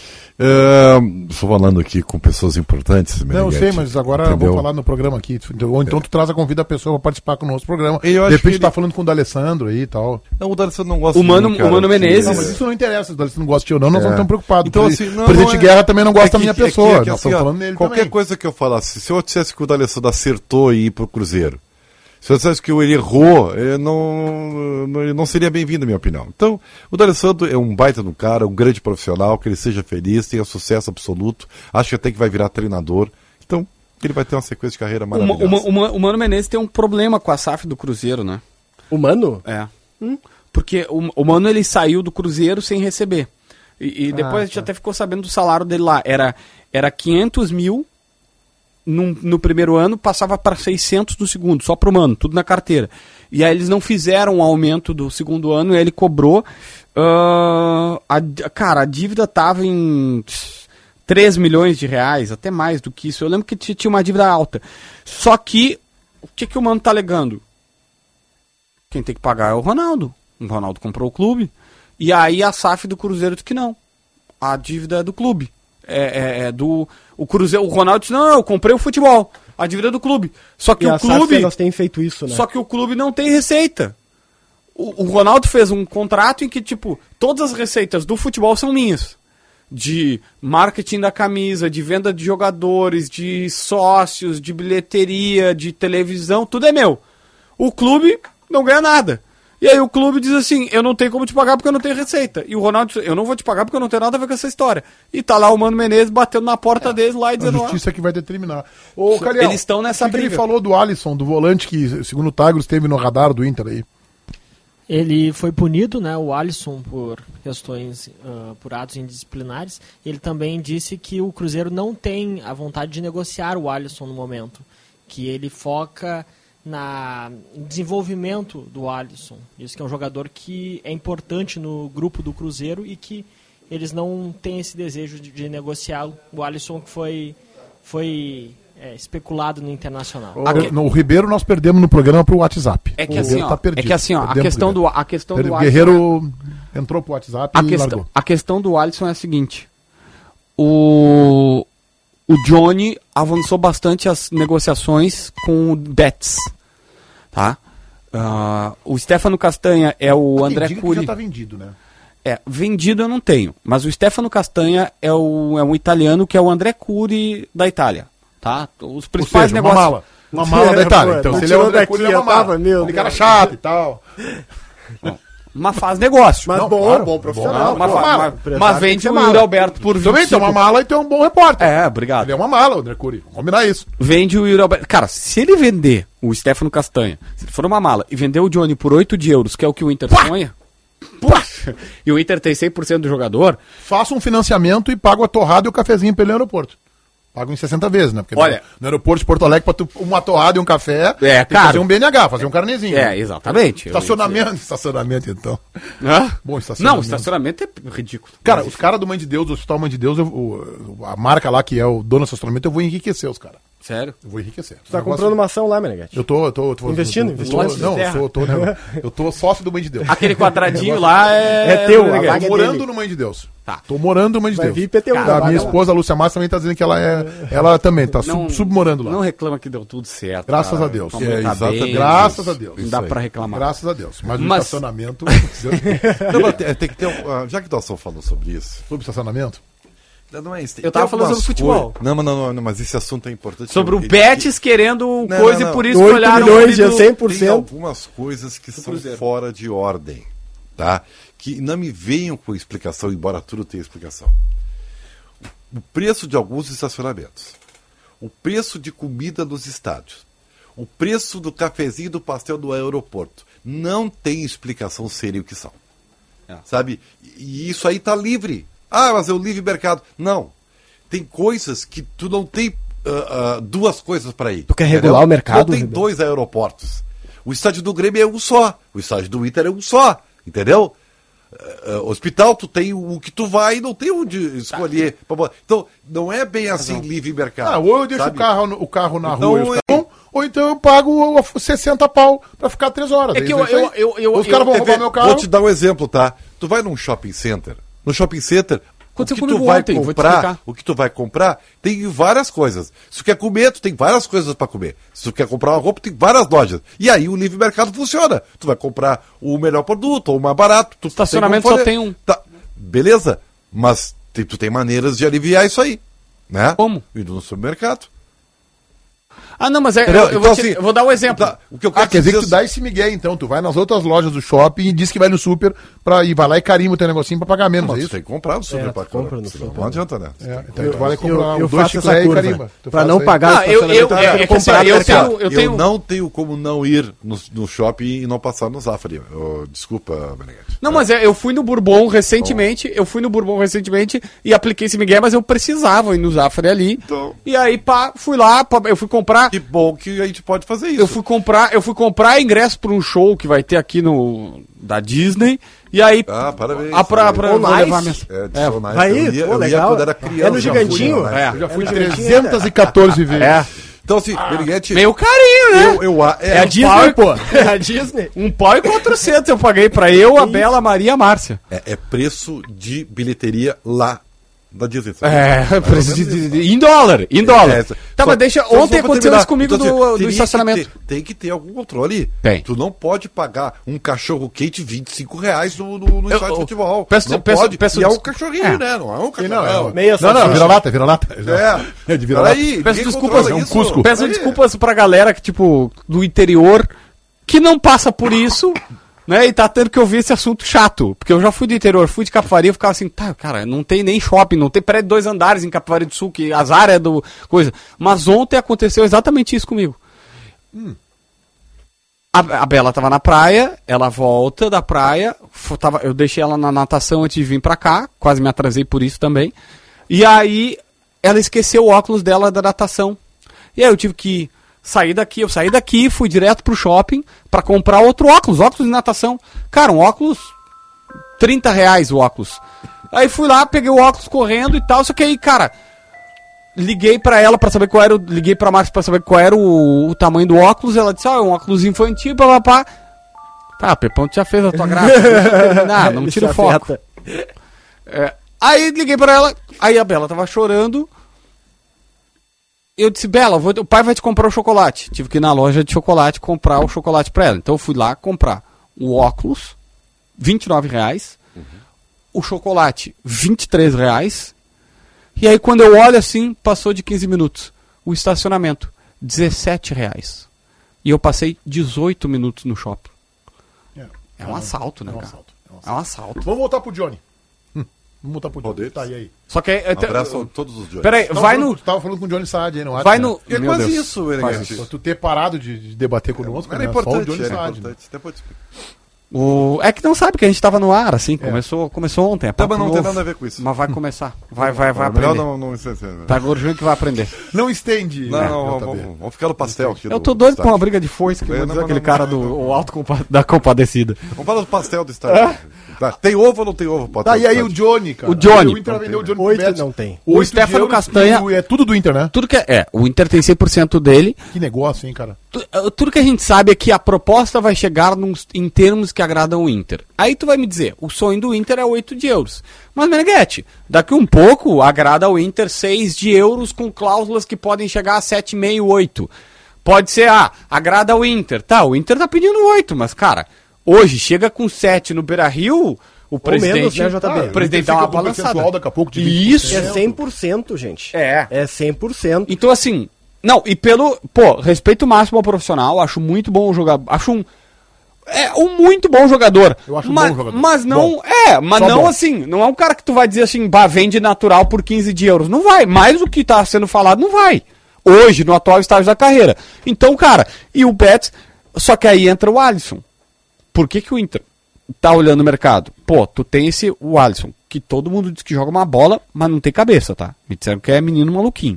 S4: Uh, estou falando aqui com pessoas importantes.
S2: Não, eu sei, mas agora
S4: entendeu?
S2: eu vou falar no programa aqui. Ou então tu traz a convida a pessoa para participar com o nosso programa.
S4: Eu acho
S2: de repente
S4: que
S2: tu tá
S4: ele...
S2: falando com o D'Alessandro aí e tal.
S4: Não, o D'Alessandro não gosta
S5: O Mano,
S4: de mim, cara,
S5: o Mano Menezes.
S2: Não, mas isso não interessa. Se o D'Alessandro não gosta de ti ou não, nós
S4: É.
S2: não estamos tão preocupados.
S4: Então,
S2: o
S4: assim, não,
S2: o presidente
S4: não é-
S2: Guerra também não gosta
S4: É
S2: da
S4: que-
S2: minha
S4: é que-
S2: pessoa.
S4: é que,
S2: nós
S4: assim,
S2: estamos
S4: ó,
S2: falando nele
S4: qualquer
S2: também.
S4: coisa que eu falasse, se eu dissesse que o D'Alessandro acertou e ir pro Cruzeiro, se eu dissesse que ele errou, ele não, não, ele não seria bem-vindo, na minha opinião. Então, o D'Alessandro é um baita do cara, um grande profissional, que ele seja feliz, tenha sucesso absoluto, acho que até que vai virar treinador. Então, ele vai ter uma sequência de carreira
S5: O,
S4: maravilhosa.
S5: o, o, o Mano Menezes tem um problema com a S A F do Cruzeiro, né?
S3: O Mano?
S5: É. Porque o, o Mano ele saiu do Cruzeiro sem receber. E, e depois
S3: Ah,
S5: a gente
S3: tá.
S5: até ficou sabendo do salário dele lá. Era, era quinhentos mil num, no primeiro ano, passava para seiscentos no segundo, só pro Mano, tudo na carteira. E aí eles não fizeram o aumento do segundo ano e aí ele cobrou. Uh, a, cara, a dívida tava em três milhões de reais, até mais do que isso. Eu lembro que t- tinha uma dívida alta. Só que, o que, que o Mano tá alegando? Quem tem que pagar é o Ronaldo. O Ronaldo comprou o clube. E aí a S A F do Cruzeiro disse que não. A dívida é do clube. É, é, é do... O Cruzeiro, o Ronaldo disse, não, eu comprei o futebol. A dívida é do clube. Só que
S3: E
S5: o
S3: a S A F,
S5: clube...
S3: elas têm feito isso, né?
S5: Só que o clube não tem receita. O, o Ronaldo fez um contrato em que, tipo, todas as receitas do futebol são minhas. De marketing da camisa, de venda de jogadores, de sócios, de bilheteria, de televisão, tudo é meu. O clube não ganha nada. E aí o clube diz assim, eu não tenho como te pagar porque eu não tenho receita. E o Ronaldo diz, eu não vou te pagar porque eu não tenho nada a ver com essa história. E tá lá o Mano Menezes batendo na porta é, deles lá e
S2: A
S5: dizendo...
S2: justiça que vai determinar. Ô, Cariel,
S5: eles estão nessa
S2: o que que
S5: briga.
S2: ele falou do Alisson, do volante, que segundo o Tagro esteve no radar do Inter aí.
S6: Ele foi punido, né, o Alisson, por questões, uh, por atos indisciplinares. Ele também disse que o Cruzeiro não tem a vontade de negociar o Alisson no momento. Que ele foca na no desenvolvimento do Alisson. Isso que é um jogador que é importante no grupo do Cruzeiro e que eles não têm esse desejo de, de negociar o Alisson, que foi, foi é, especulado no Internacional.
S2: O, no, o Ribeiro nós perdemos no programa pro WhatsApp.
S5: É que
S2: o
S5: assim,
S2: Ribeiro
S5: ó,
S2: tá perdido.
S5: é que assim, ó, a
S2: Perdemos
S5: questão
S2: pro
S5: do a questão
S2: Ribeiro.
S5: do
S2: O Guerreiro entrou pro WhatsApp
S5: a
S2: e
S5: questão,
S2: largou.
S5: a questão do Alisson é a seguinte: o o Johnny avançou bastante as negociações com o Betis, tá? Uh, o Stefano Castanha é o
S2: Há quem
S5: André
S2: diga que
S5: Curi.
S2: já tá vendido, né?
S5: É, vendido eu não tenho, mas o Stefano Castanha é, o, é um italiano que é o André Curi da Itália, tá? Os
S2: Ou
S5: principais
S2: seja,
S5: negócios.
S2: uma mala. Uma mala da Itália.
S3: Pô,
S2: Então,
S3: não
S2: se ele é o
S3: tirou
S2: André
S3: daqui,
S2: Curi, ele é uma
S3: eu tava,
S2: mala.
S3: meu
S2: Aquele cara
S3: Deus.
S2: chato e tal.
S5: Mas faz negócio.
S3: Mas
S2: Não,
S3: bom,
S2: claro,
S3: bom
S2: bom,
S3: profissional.
S5: mas,
S3: pô.
S5: mas- mas-
S3: Empresário
S5: mas
S3: tem que
S5: vende
S3: ser
S5: o
S3: mala.
S5: Yuri Alberto por
S2: Também tem
S5: vinte e cinco.
S2: uma mala e tem um bom repórter.
S5: É, obrigado.
S2: Ele é uma mala, o André Curi. Vamos combinar isso.
S5: Vende o Yuri Alberto. Cara, se ele vender o Stefano Castanha, se ele for uma mala e vender o Johnny por oito de euros, que é o que o Inter sonha, puxa, e o Inter tem cem por cento do jogador,
S2: Faça um financiamento e paga a torrada e o cafezinho pra ele no aeroporto. Pago em sessenta vezes, né? Porque
S5: Olha,
S2: no, no aeroporto de Porto Alegre, pra tu, uma torrada e um café,
S5: É,
S2: tem que
S5: caro.
S2: fazer um B N H, fazer um carnezinho.
S5: É, exatamente.
S2: Estacionamento, estacionamento então.
S5: Hã?
S2: Bom, estacionamento.
S5: Não, estacionamento é ridículo.
S2: Cara,
S5: Mas,
S2: os caras do Mãe de Deus, do Hospital Mãe de Deus, eu- o- a marca lá que é o dono do estacionamento, eu vou enriquecer os caras.
S5: sério?
S2: Eu vou enriquecer.
S3: Tu tá comprando uma ação lá, Meneghete?
S2: Eu tô, eu tô, eu tô
S3: Investindo?
S2: eu tô-
S3: Investindo
S2: eu tô-
S3: em
S2: Não, eu
S3: terra?
S2: sou, tô, não, eu tô sócio do Mãe de Deus.
S5: Aquele quadradinho lá é...
S3: É teu,
S5: do
S3: a
S5: Meneghete.
S3: vaga
S2: Tô
S3: é
S2: morando
S3: dele.
S2: no Mãe de Deus.
S5: Tá.
S2: Tô morando no Mãe de
S3: Vai
S2: Deus.
S3: vir I P T U
S2: Cara,
S3: da
S2: a minha
S3: vaga lá.
S2: esposa, a Lúcia Massa, também tá dizendo que ela é. Ela também tá sub,
S5: Não-
S2: submorando lá.
S5: Não reclama que deu tudo certo.
S2: Graças
S5: cara.
S2: a Deus.
S5: Tua mãe
S4: É,
S5: tá
S4: exatamente.
S5: bem,
S2: Graças a Deus.
S5: Não
S4: Isso
S5: dá
S4: aí.
S5: pra reclamar.
S2: Graças a Deus. Mas o
S5: Mas-
S2: estacionamento.
S4: Não, mas tem, tem que ter um, ah, já que nós estamos falando sobre isso.
S2: Sobre estacionamento?
S4: Não, não é isso. Tem-
S5: Eu
S4: tem
S5: tava falando
S4: algumas
S5: sobre futebol.
S4: coisas- Não, mas não, não, não, mas esse assunto é importante.
S5: Sobre o
S4: Ele-
S5: Betis querendo
S4: Não,
S5: coisa
S4: não,
S5: e
S4: não.
S5: por isso que
S3: oito
S5: olharam
S3: milhões
S5: o
S3: de cem por
S4: Tem
S3: cento.
S4: algumas coisas que são
S5: Cruzeiro.
S4: fora de ordem, tá? Que não me venham com explicação, embora tudo tenha explicação. O preço de alguns estacionamentos, o preço de comida nos estádios, o preço do cafezinho e do pastel do aeroporto, não tem explicação séria o que são.
S5: É.
S4: Sabe? E isso aí tá livre. Ah, mas é o livre mercado. Não. Tem coisas que tu não tem ah, ah, duas coisas para ir.
S3: Tu quer
S4: entendeu?
S3: regular o mercado,
S4: Não tem
S3: Ribeiro?
S4: dois aeroportos. O estádio do Grêmio é um só. O estádio do Inter é um só. Entendeu? Ah, ah, hospital, tu tem o que tu vai e não tem onde escolher. Então, não é bem assim livre mercado.
S2: Ah, ou eu deixo
S4: sabe?
S2: o carro, no- o carro na
S4: Então,
S2: rua e os
S4: é-
S2: caras vão, ou então eu pago o- sessenta pau pra ficar três horas.
S5: É que
S2: isso
S5: eu-
S2: isso aí.
S5: eu- eu- eu-
S2: Os caras vão
S5: eu-
S2: roubar
S4: Vê,
S2: meu carro.
S4: Vou te dar um exemplo, tá? Tu vai num shopping center. No shopping center, o
S5: Aconteceu
S4: que tu
S5: comigo
S4: vai
S5: ontem, vou te
S4: comprar,
S5: explicar.
S4: o que tu vai comprar, tem várias coisas. Se tu quer comer, tu tem várias coisas para comer. Se tu quer comprar uma roupa, tem várias lojas. E aí o livre mercado funciona. Tu vai comprar o melhor produto ou o mais barato. Tu
S5: Estacionamento
S4: tem como
S5: só
S4: fazer.
S5: tem um.
S4: Tá, beleza, mas tem- tu tem maneiras de aliviar isso aí, né?
S5: Como?
S4: Indo no supermercado.
S5: Ah, não, mas é, eu,
S4: Entendeu?
S5: eu
S4: Então,
S5: vou, te-
S4: assim,
S5: eu vou dar um exemplo.
S4: Tá, o que eu quero
S2: Ah, quer dizer que tu
S4: dizer-
S2: dá esse migué, então. Tu vai nas outras lojas do shopping e diz que vai no super pra, e vai lá e carimba o teu negocinho pra pagar menos,
S4: Mas
S2: é
S4: tu
S2: isso?
S4: tem que comprar no super
S3: tu
S4: pra
S3: compra no
S4: senão
S3: super.
S4: Não adianta, né?
S2: É, então tu vai lá e
S3: Eu,
S2: comprar
S3: eu
S2: um dois
S3: faço essa
S2: chiclete e
S3: curva.
S2: carimba. Tu
S3: Pra
S2: faz
S3: não
S2: isso aí.
S3: pagar
S5: Ah, eu- eu-
S3: estacionamento,
S5: é-
S3: quero
S5: é que
S3: comprar
S5: assim, eu
S3: no mercado.
S5: tenho-
S4: Eu,
S5: tenho-
S4: não tenho como não ir no, no shopping e não passar no Zafari. Eu- Desculpa, Meneghete.
S5: Não, mas é, eu fui no Bourbon recentemente, eu fui no Bourbon recentemente e apliquei esse migué, mas eu precisava ir no Zafari ali.
S4: Então-
S5: E aí, pá, fui lá, pá, eu fui comprar...
S4: Que bom que a gente pode fazer isso.
S5: Eu fui comprar, eu fui comprar ingresso para um show que vai ter aqui no da Disney. E aí
S4: Ah, parabéns.
S5: Ah, pra, pra,
S3: Ô,
S5: vou
S3: nice.
S5: levar minha...
S4: É, de
S5: É,
S4: São Nice.
S3: vai
S4: eu
S3: ir?
S4: ia,
S3: Pô,
S4: eu ia
S3: legal.
S4: quando era criança.
S3: É no
S4: já fui,
S3: Gigantinho?
S4: né?
S5: É.
S2: Eu já fui
S3: É no Gigantinho,
S2: trezentas e quatorze vezes.
S5: É.
S4: Então, assim, Meneghete...
S5: Meio carinho, né?
S4: Eu, eu, a-
S3: É a
S4: é,
S3: Disney, pô. É a Disney.
S5: Um pau e quatrocentos eu paguei pra eu, a Bela, a Maria e a Márcia.
S4: é, é preço de bilheteria lá da Disney. sabe?
S5: É,
S4: Mais ou
S5: preço
S4: menos
S5: de,
S4: isso.
S5: de- em dólar, em dólar.
S4: É,
S5: tá,
S4: só-
S5: mas deixa.
S4: só- só
S5: Ontem
S4: pra
S5: aconteceu
S4: terminar.
S5: isso comigo
S4: Então,
S5: do,
S4: assim,
S5: do
S4: teria que
S5: estacionamento.
S4: ter- tem que ter algum controle.
S5: Tem.
S4: Tu não pode pagar um cachorro quente vinte e cinco reais no, no, no
S5: Eu-
S4: estádio de
S5: eu-
S4: futebol.
S5: peço-
S4: não
S5: peço-
S4: pode.
S5: peço
S4: e é um
S5: des-
S4: cachorrinho,
S5: É.
S4: né? Não é um
S2: Sim,
S4: cachorro.
S2: não, é,
S3: Meia
S2: não, não,
S3: salsicha.
S2: vira-lata, vira-lata.
S4: É,
S2: É de vira-lata.
S4: Peraí,
S5: Peço
S4: ninguém
S5: desculpas,
S4: controla
S2: é um
S4: isso.
S2: Cusco.
S5: Peço
S4: Aí.
S5: desculpas pra galera que, tipo, do interior, que não passa por isso, né? E tá tendo que ouvir esse assunto chato. Porque eu já fui do interior, fui de Capivari, eu ficava assim, tá, cara, não tem nem shopping, não tem prédio de dois andares em Capivari do Sul, que azar é do coisa. Mas ontem aconteceu exatamente isso comigo. A, a Bela tava na praia, ela volta da praia, fo- tava, eu deixei ela na natação antes de vir pra cá, quase me atrasei por isso também. E aí ela esqueceu o óculos dela da natação. E aí eu tive que sair daqui, eu saí daqui, fui direto pro shopping pra comprar outro óculos, óculos de natação. Cara, um óculos, trinta reais o óculos. Aí fui lá, peguei o óculos correndo e tal, só que aí, cara, liguei pra ela pra saber qual era o... Liguei pra Márcia pra saber qual era o, o tamanho do óculos, ela disse, ó, é um óculos infantil, papapá. Tá, Pepão, tu já fez a tua graça, deixa eu terminar, não me tira o
S3: Isso
S5: foco.
S3: afeta.
S5: É, aí liguei pra ela, aí a Bela tava chorando. Eu disse, Bela, vou- o pai vai te comprar o chocolate. Tive que ir na loja de chocolate comprar o chocolate pra ela. Então eu fui lá comprar o óculos, vinte e nove reais. O chocolate, vinte e três reais. E aí quando eu olho assim, passou de quinze minutos. O estacionamento, dezessete reais. E eu passei dezoito minutos no shopping. É um assalto, né,
S2: É um
S5: cara?
S2: assalto. É um assalto.
S5: É um assalto.
S2: Vamos voltar pro Johnny. Hum, Vamos voltar pro Johnny.
S4: Rodrigues.
S2: Tá, e aí?
S5: Só que é,
S4: Um abraço a todos os Johnny.
S5: peraí,
S2: Tava
S5: vai
S2: falando-
S5: no...
S2: Tu tava falando com o Johnny Saad aí no WhatsApp,
S5: Vai
S2: né?
S5: no...
S4: É
S5: Meu
S4: quase
S5: Deus.
S4: isso,
S2: Pra
S4: Meneghete.
S2: tu ter parado de, de debater conosco,
S4: Era
S2: né? Só o
S4: importante,
S2: Johnny
S4: era
S2: Saad, né?
S4: importante. Até pode explicar.
S5: O... É que não sabe que a gente tava no ar, assim, começou, começou ontem. É
S4: Tá,
S5: papo
S4: mas não tem
S5: novo.
S4: nada a ver com isso.
S5: Mas vai começar. Vai, vai, vai
S4: Melhor
S5: aprender.
S4: não, não, não,
S5: Tá Gorjão que vai aprender.
S2: Não estende.
S4: não,
S2: né,
S4: não,
S2: J B.
S4: vamos, vamos ficar no pastel aqui.
S5: Eu
S4: do-
S5: tô
S4: do
S5: doido pra uma
S4: estádio.
S5: briga de foice, que
S4: É,
S5: eu vou
S4: não,
S5: dizer
S4: não,
S5: aquele
S4: não,
S5: cara
S4: não,
S5: do
S4: não.
S5: o alto compa- da compadecida.
S4: Vamos falar do pastel do estádio. Tá, tem ovo ou não tem ovo? Potter,
S2: Tá, e aí
S4: do
S2: o
S4: estádio?
S2: Johnny, cara.
S5: O Johnny.
S2: O Inter vai vender o Johnny
S3: Oito
S2: pro Betis.
S3: não tem.
S5: O
S2: Oito
S5: Stefano
S2: de euros,
S5: Castanha-
S2: tudo- É tudo do Inter, né?
S5: Tudo que é, é, o Inter tem cem por cento dele.
S2: Que negócio, hein, cara.
S5: Tu- eh, Tudo que a gente sabe é que a proposta vai chegar nos- em termos que agradam o Inter. Aí tu vai me dizer, o sonho do Inter é oito de euros. Mas, Meneghetti, daqui um pouco agrada ao Inter seis de euros com cláusulas que podem chegar a sete vírgula cinco, oito. Pode ser, ah, agrada ao Inter. Tá, o Inter tá pedindo oito, mas, cara, hoje chega com sete no Beira-Rio, o presidente...
S3: menos, né, J B?
S2: Ah,
S5: o presidente
S2: Inter
S5: dá uma
S2: fica com um percentual
S5: balançada.
S2: daqui a pouco de vinte por cento.
S5: Isso.
S3: É cem por cento, gente.
S5: É.
S3: É cem por cento.
S5: Então, assim, não, e pelo, pô, respeito máximo ao profissional, acho muito bom o jogador, acho um, é um muito bom jogador.
S2: Eu acho um
S5: mas,
S2: bom jogador.
S5: Mas não,
S2: Bom.
S5: é, mas
S2: Só
S5: não
S2: bom.
S5: assim, não é um cara que tu vai dizer assim, bah, vende natural por quinze de euros. Não vai, mais do que tá sendo falado, não vai. Hoje, no atual estágio da carreira. Então, cara, e o Betis, só que aí entra o Alisson. Por que que o Inter tá olhando o mercado? Pô, tu tem esse, o Alisson, que todo mundo diz que joga uma bola, mas não tem cabeça, tá? Me disseram que é menino maluquinho.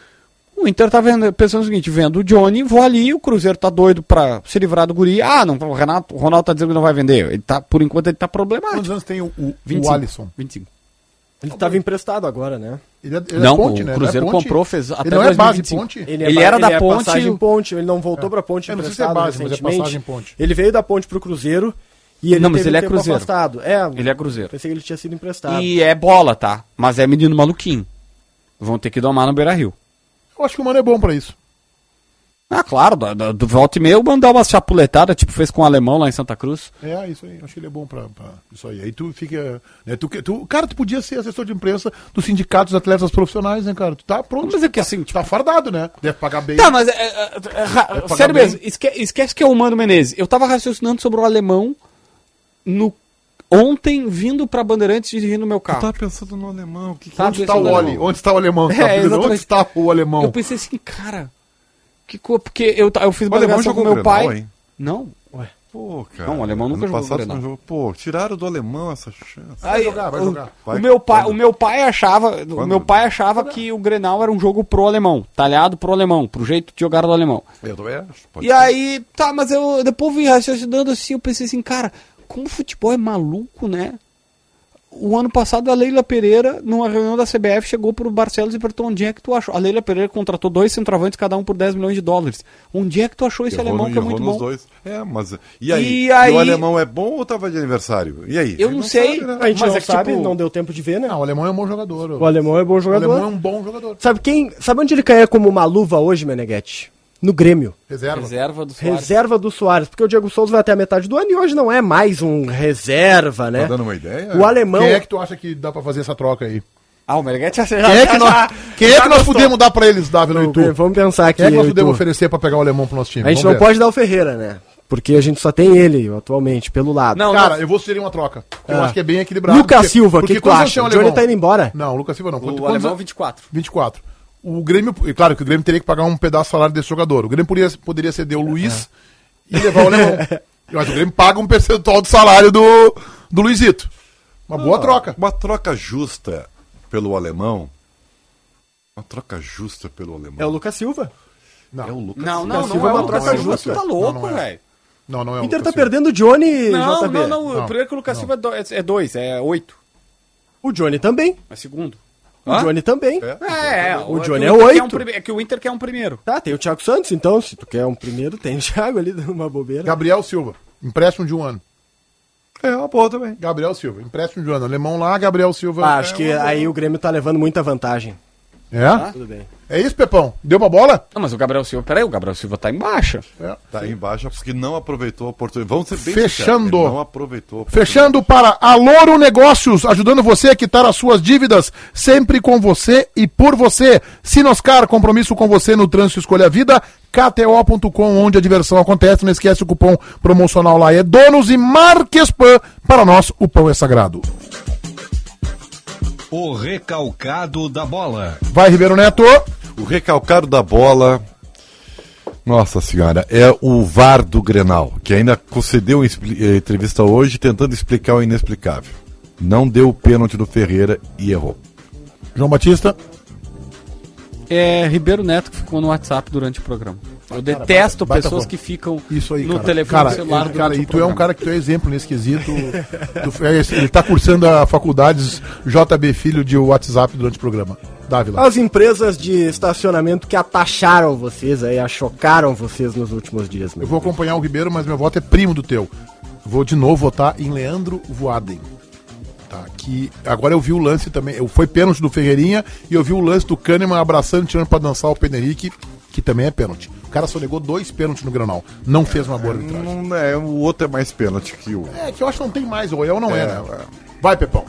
S5: O Inter tá vendo, pensando o seguinte, vendo o Johnny, vou ali, o Cruzeiro tá doido pra se livrar do guri. Ah, não, o Renato, o Ronaldo tá dizendo que não vai vender. Ele tá, por enquanto ele tá problemático.
S2: Quantos anos tem o, o,
S5: vinte e
S2: o
S5: cinco.
S2: Alisson?
S5: vinte e cinco.
S3: Ele estava emprestado agora, né?
S2: Ele é, ele
S5: Não,
S2: é ponte,
S5: o
S2: né?
S5: Cruzeiro
S2: Ele é ponte.
S5: comprou, fez até
S2: Ele não é
S5: dois mil e
S2: base
S5: vinte e cinco.
S2: ponte?
S3: Ele,
S5: Ele
S3: é,
S5: era
S3: ele
S5: da
S3: é
S5: Ponte-
S3: passagem ponte, ele não voltou pra ponte
S2: Eu não sei se é
S3: emprestado
S2: base, mas é
S3: recentemente.
S2: passagem ponte.
S3: Ele veio da ponte pro Cruzeiro e ele
S5: Não, mas
S3: teve
S5: ele
S3: um
S5: é
S3: tempo
S5: Cruzeiro.
S3: afastado. É,
S5: Ele é Cruzeiro.
S3: pensei que ele tinha sido emprestado.
S5: E é bola, tá? Mas é menino maluquinho. Vão ter que domar no Beira-Rio.
S2: Eu acho que o Mano é bom pra isso.
S5: Ah, claro, do, do, do volta e meia eu mandar uma chapuletadas, tipo fez com o alemão lá em Santa Cruz.
S2: É, isso aí. Acho que ele é bom pra, pra isso aí. Aí tu fica... Né, tu, tu, cara, tu podia ser assessor de imprensa dos sindicatos dos atletas profissionais, né, cara? Tu tá pronto.
S5: Mas é que assim,
S2: Tu
S5: tipo...
S2: tá fardado, né? Deve pagar bem.
S5: Tá, mas é, é, é, ra-
S2: pagar
S5: sério
S2: bem.
S5: mesmo, esque, esquece que é o Mano Menezes. Eu tava raciocinando sobre o alemão no, ontem, vindo pra Bandeirantes dirigindo meu
S4: Eu
S5: carro.
S4: tava pensando no alemão. Que que
S5: Tá,
S2: Onde está o
S5: pensando
S2: Oli?
S5: alemão.
S2: Onde está o alemão?
S5: É,
S2: Tá pensando,
S5: exatamente.
S2: onde está o alemão?
S5: Eu pensei assim, cara, que co... porque eu, ta- eu fiz
S4: O alemão
S5: balização com
S4: jogou
S5: meu
S4: Grenal,
S5: pai.
S4: hein?
S5: Não.
S4: Pô, cara.
S5: Não, o alemão nunca
S4: ano
S5: jogou
S4: passado
S5: Grenal.
S4: não jogou. Pô, tiraram do alemão essa chance.
S2: Vai jogar, vai
S5: o,
S2: jogar.
S5: O
S4: Vai.
S5: meu pai,
S4: Quando?
S5: o meu pai achava, o
S4: Quando?
S5: meu pai achava que o Grenal era um jogo pro alemão, talhado pro alemão, pro jeito de jogar do alemão.
S4: Eu também acho. Pode
S5: E
S4: ser.
S5: aí, tá, mas eu depois vim raciocinando assim, eu pensei assim, cara, como o futebol é maluco, né? O ano passado a Leila Pereira, numa reunião da C B F, chegou pro Barcelos e perguntou onde é que tu achou. A Leila Pereira contratou dois centroavantes, cada um por dez milhões de dólares. Onde é que tu achou esse
S4: Errou
S5: alemão
S4: no-
S5: que é
S4: errou
S5: muito
S4: nos
S5: bom?
S4: dois. É, mas. E aí?
S5: E
S4: E
S5: aí-
S4: o alemão é bom ou tava de aniversário? E aí?
S5: Eu
S4: Ele
S5: não sei.
S4: sabe, né?
S3: A gente
S5: Mas
S3: não
S5: é que,
S3: sabe,
S5: tipo-
S3: não deu tempo de ver, né?
S2: Não, o alemão é um bom jogador.
S3: O alemão é bom
S2: O
S3: jogador.
S2: alemão é um bom jogador.
S3: Sabe quem? Sabe onde ele caiu como uma luva hoje, Meneghetti? No Grêmio.
S2: Reserva.
S5: Reserva do Soares.
S3: Reserva do Soares, porque o Diego Souza vai até a metade do ano e hoje não é mais um reserva, né?
S4: Tá dando uma ideia?
S3: O alemão.
S2: Quem é que tu acha que dá pra fazer essa troca aí?
S5: Ah, o Meneghetti já, já,
S2: Quem é que
S5: já-
S2: nós,
S5: já-
S2: quem é
S5: já
S2: que nós
S5: gostou.
S2: podemos dar pra eles, Dávila e tu?
S3: Vamos pensar aqui.
S2: Quem é que nós
S3: eu e
S2: podemos
S3: tu.
S2: oferecer pra pegar o alemão pro nosso time?
S3: A gente
S2: Vamos
S3: não
S2: ver.
S3: pode dar o Ferreira, né? Porque a gente só tem ele atualmente, pelo lado.
S5: Não,
S2: Cara,
S5: não.
S2: eu vou sugerir uma troca. Eu
S3: Ah.
S2: acho que é bem equilibrado.
S3: Lucas
S2: porque-
S3: Silva, o
S2: porque
S3: que tu
S2: quantos anos
S3: acha?
S2: tem
S3: O
S2: alemão?
S3: Johnny tá indo embora?
S2: Não, o Lucas Silva não.
S5: O
S2: Quantos
S5: alemão
S2: anos-
S5: vinte e quatro.
S2: vinte e quatro. O Grêmio, e claro que o Grêmio teria que pagar um pedaço do salário desse jogador. O Grêmio poderia, poderia ceder o Luiz e levar o alemão. Eu acho que o Grêmio paga um percentual do salário do, do Luizito. Uma boa
S4: Ah,
S2: troca.
S4: Uma troca justa pelo alemão. Uma troca justa pelo alemão.
S3: É o Lucas Silva.
S2: Não,
S4: É o Lucas
S5: Não,
S4: Silva.
S5: não,
S3: Da
S5: não
S3: Silva
S5: é
S3: é uma
S5: o Lucas
S3: troca
S5: Silva,
S3: justa.
S5: tu tá
S2: Não,
S5: louco,
S2: não é.
S5: velho.
S2: não, não é
S3: O
S2: o
S3: Inter
S2: Lucas
S3: tá
S2: Silva.
S3: perdendo o Johnny,
S5: Não,
S3: J B.
S5: não, não,
S2: Não.
S5: primeiro que o Lucas Silva é do- é é dois, é oito.
S3: O Johnny também.
S5: É segundo.
S3: O Johnny também.
S4: É.
S5: É, é.
S3: O
S5: é que
S3: Johnny é
S5: Inter quer
S3: oito.
S5: um prime- é que o Inter quer um primeiro.
S3: Tá, tem o Thiago Santos, então. Se tu quer um primeiro, tem o Thiago ali dando uma bobeira.
S2: Gabriel Silva. Empréstimo de um ano.
S4: É uma boa também.
S2: Gabriel Silva. Empréstimo de um ano. Alemão lá, Gabriel Silva.
S3: Ah, acho
S2: É
S3: que
S2: uma-
S3: aí o Grêmio tá levando muita vantagem.
S2: É?
S3: Tudo bem.
S2: É isso, Pepão? Deu uma bola?
S5: Não, mas o Gabriel Silva, peraí, o Gabriel Silva tá em baixa.
S2: É.
S4: Tá aí embaixo porque não aproveitou a oportunidade. Vamos ser bem
S2: Fechando.
S4: sinceros, ele não aproveitou. a oportunidade.
S2: Fechando para Aloro Negócios, ajudando você a quitar as suas dívidas, sempre com você e por você. Sinoscar, compromisso com você no trânsito Escolha a Vida. K T O ponto com, onde a diversão acontece. Não esquece o cupom promocional lá é Donos e Marquespan. Para nós, o pão é sagrado.
S1: O recalcado da bola.
S2: Vai, Ribeiro Neto.
S4: O recalcado da bola Nossa senhora, é o V A R do Grenal, que ainda concedeu expli- entrevista hoje tentando explicar o inexplicável. Não deu o pênalti do Ferreira e errou.
S2: João Batista.
S5: É Ribeiro Neto que ficou no WhatsApp durante o programa. Eu detesto
S2: baita- baita
S5: pessoas
S2: bom.
S5: que ficam
S2: Isso aí,
S5: no
S2: cara.
S5: telefone
S2: cara,
S5: celular
S2: ele,
S5: durante
S2: cara,
S5: o
S2: e tu é
S5: programa.
S2: um cara que tu é exemplo nesse quesito. Tu- é esse- ele tá cursando a faculdades J B Filho de WhatsApp durante o programa. Dávila.
S3: As empresas de estacionamento que atacharam vocês aí, achocaram vocês nos últimos dias.
S2: Eu vou acompanhar o Ribeiro, mas meu voto é primo do teu. Vou de novo votar em Leandro Voaden. Tá, que agora eu vi o lance também. Eu, foi pênalti do Ferreirinha e eu vi o lance do Kahneman abraçando, tirando pra dançar o Penerick, que também é pênalti. O cara só negou dois pênaltis no Granal. Não fez uma boa arbitragem.
S4: Não é, o outro é mais pênalti que o.
S2: É, que eu acho que não tem mais, ou é ou não é,
S4: É,
S2: né?
S4: é.
S2: Vai, Pepão.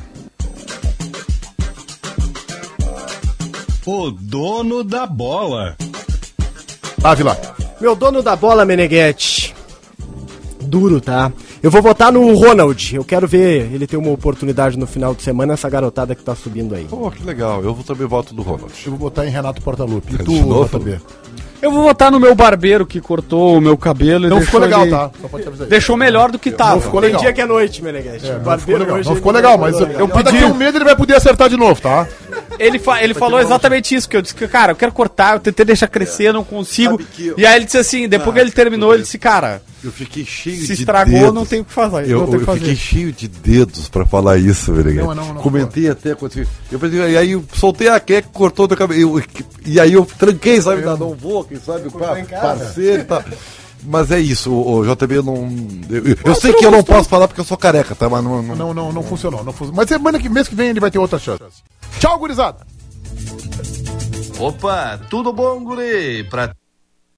S1: O dono da bola.
S2: Dávila.
S3: Meu dono da bola, Meneghetti. Duro, tá? Eu vou votar no Ronald. Eu quero ver ele ter uma oportunidade no final de semana, essa garotada que tá subindo aí.
S4: Pô, que legal. Eu vou também voto do Ronald.
S2: Eu vou botar em Renato Portaluppi. E
S4: É
S2: tu,
S4: de novo?
S2: J B?
S5: Eu vou votar no meu barbeiro que cortou o meu cabelo e
S2: Não
S5: deixou
S2: ficou legal,
S5: ele-
S2: tá? Só pode te avisar aí.
S5: Deixou melhor do que tava.
S2: Não ficou
S3: Tem
S2: legal.
S3: dia que é noite, Meneghetti.
S2: É,
S3: O
S2: não
S3: barbeiro
S2: ficou legal,
S3: hoje
S2: não
S3: ele
S2: ficou
S3: tá
S2: legal, mas eu,
S3: legal.
S2: eu pedi... daqui a um mês ele vai poder acertar de novo, tá?
S5: Ele, fa- ele falou exatamente isso, que eu disse que, cara, eu quero cortar, eu tentei deixar crescer, eu não consigo.
S4: Sabe que eu-
S5: E aí ele disse assim, depois que ele terminou, ele disse, cara,
S4: Eu fiquei cheio
S5: se
S4: de
S5: estragou,
S4: dedos.
S5: não tem o que fazer.
S4: Eu,
S5: não tem o
S4: eu
S5: que fazer.
S4: fiquei cheio de dedos pra falar isso, Meneghete.
S2: Não, não, não,
S4: Comentei até quando eu, eu pensei, e aí eu soltei a queca, cortou do cabelo. eu- E aí eu tranquei, sabe? Não, não vou, quem sabe o pa- parceiro e tal. Mas é isso, o, o J B não. Eu, eu- eu sei que eu não posso falar porque eu sou careca, tá? Mas não. não-
S2: Não, não, não funcionou. Não funcionou. Mas semana que, mês que vem ele vai ter outra chance. Tchau, gurizada!
S1: Opa, tudo bom, guri? Pra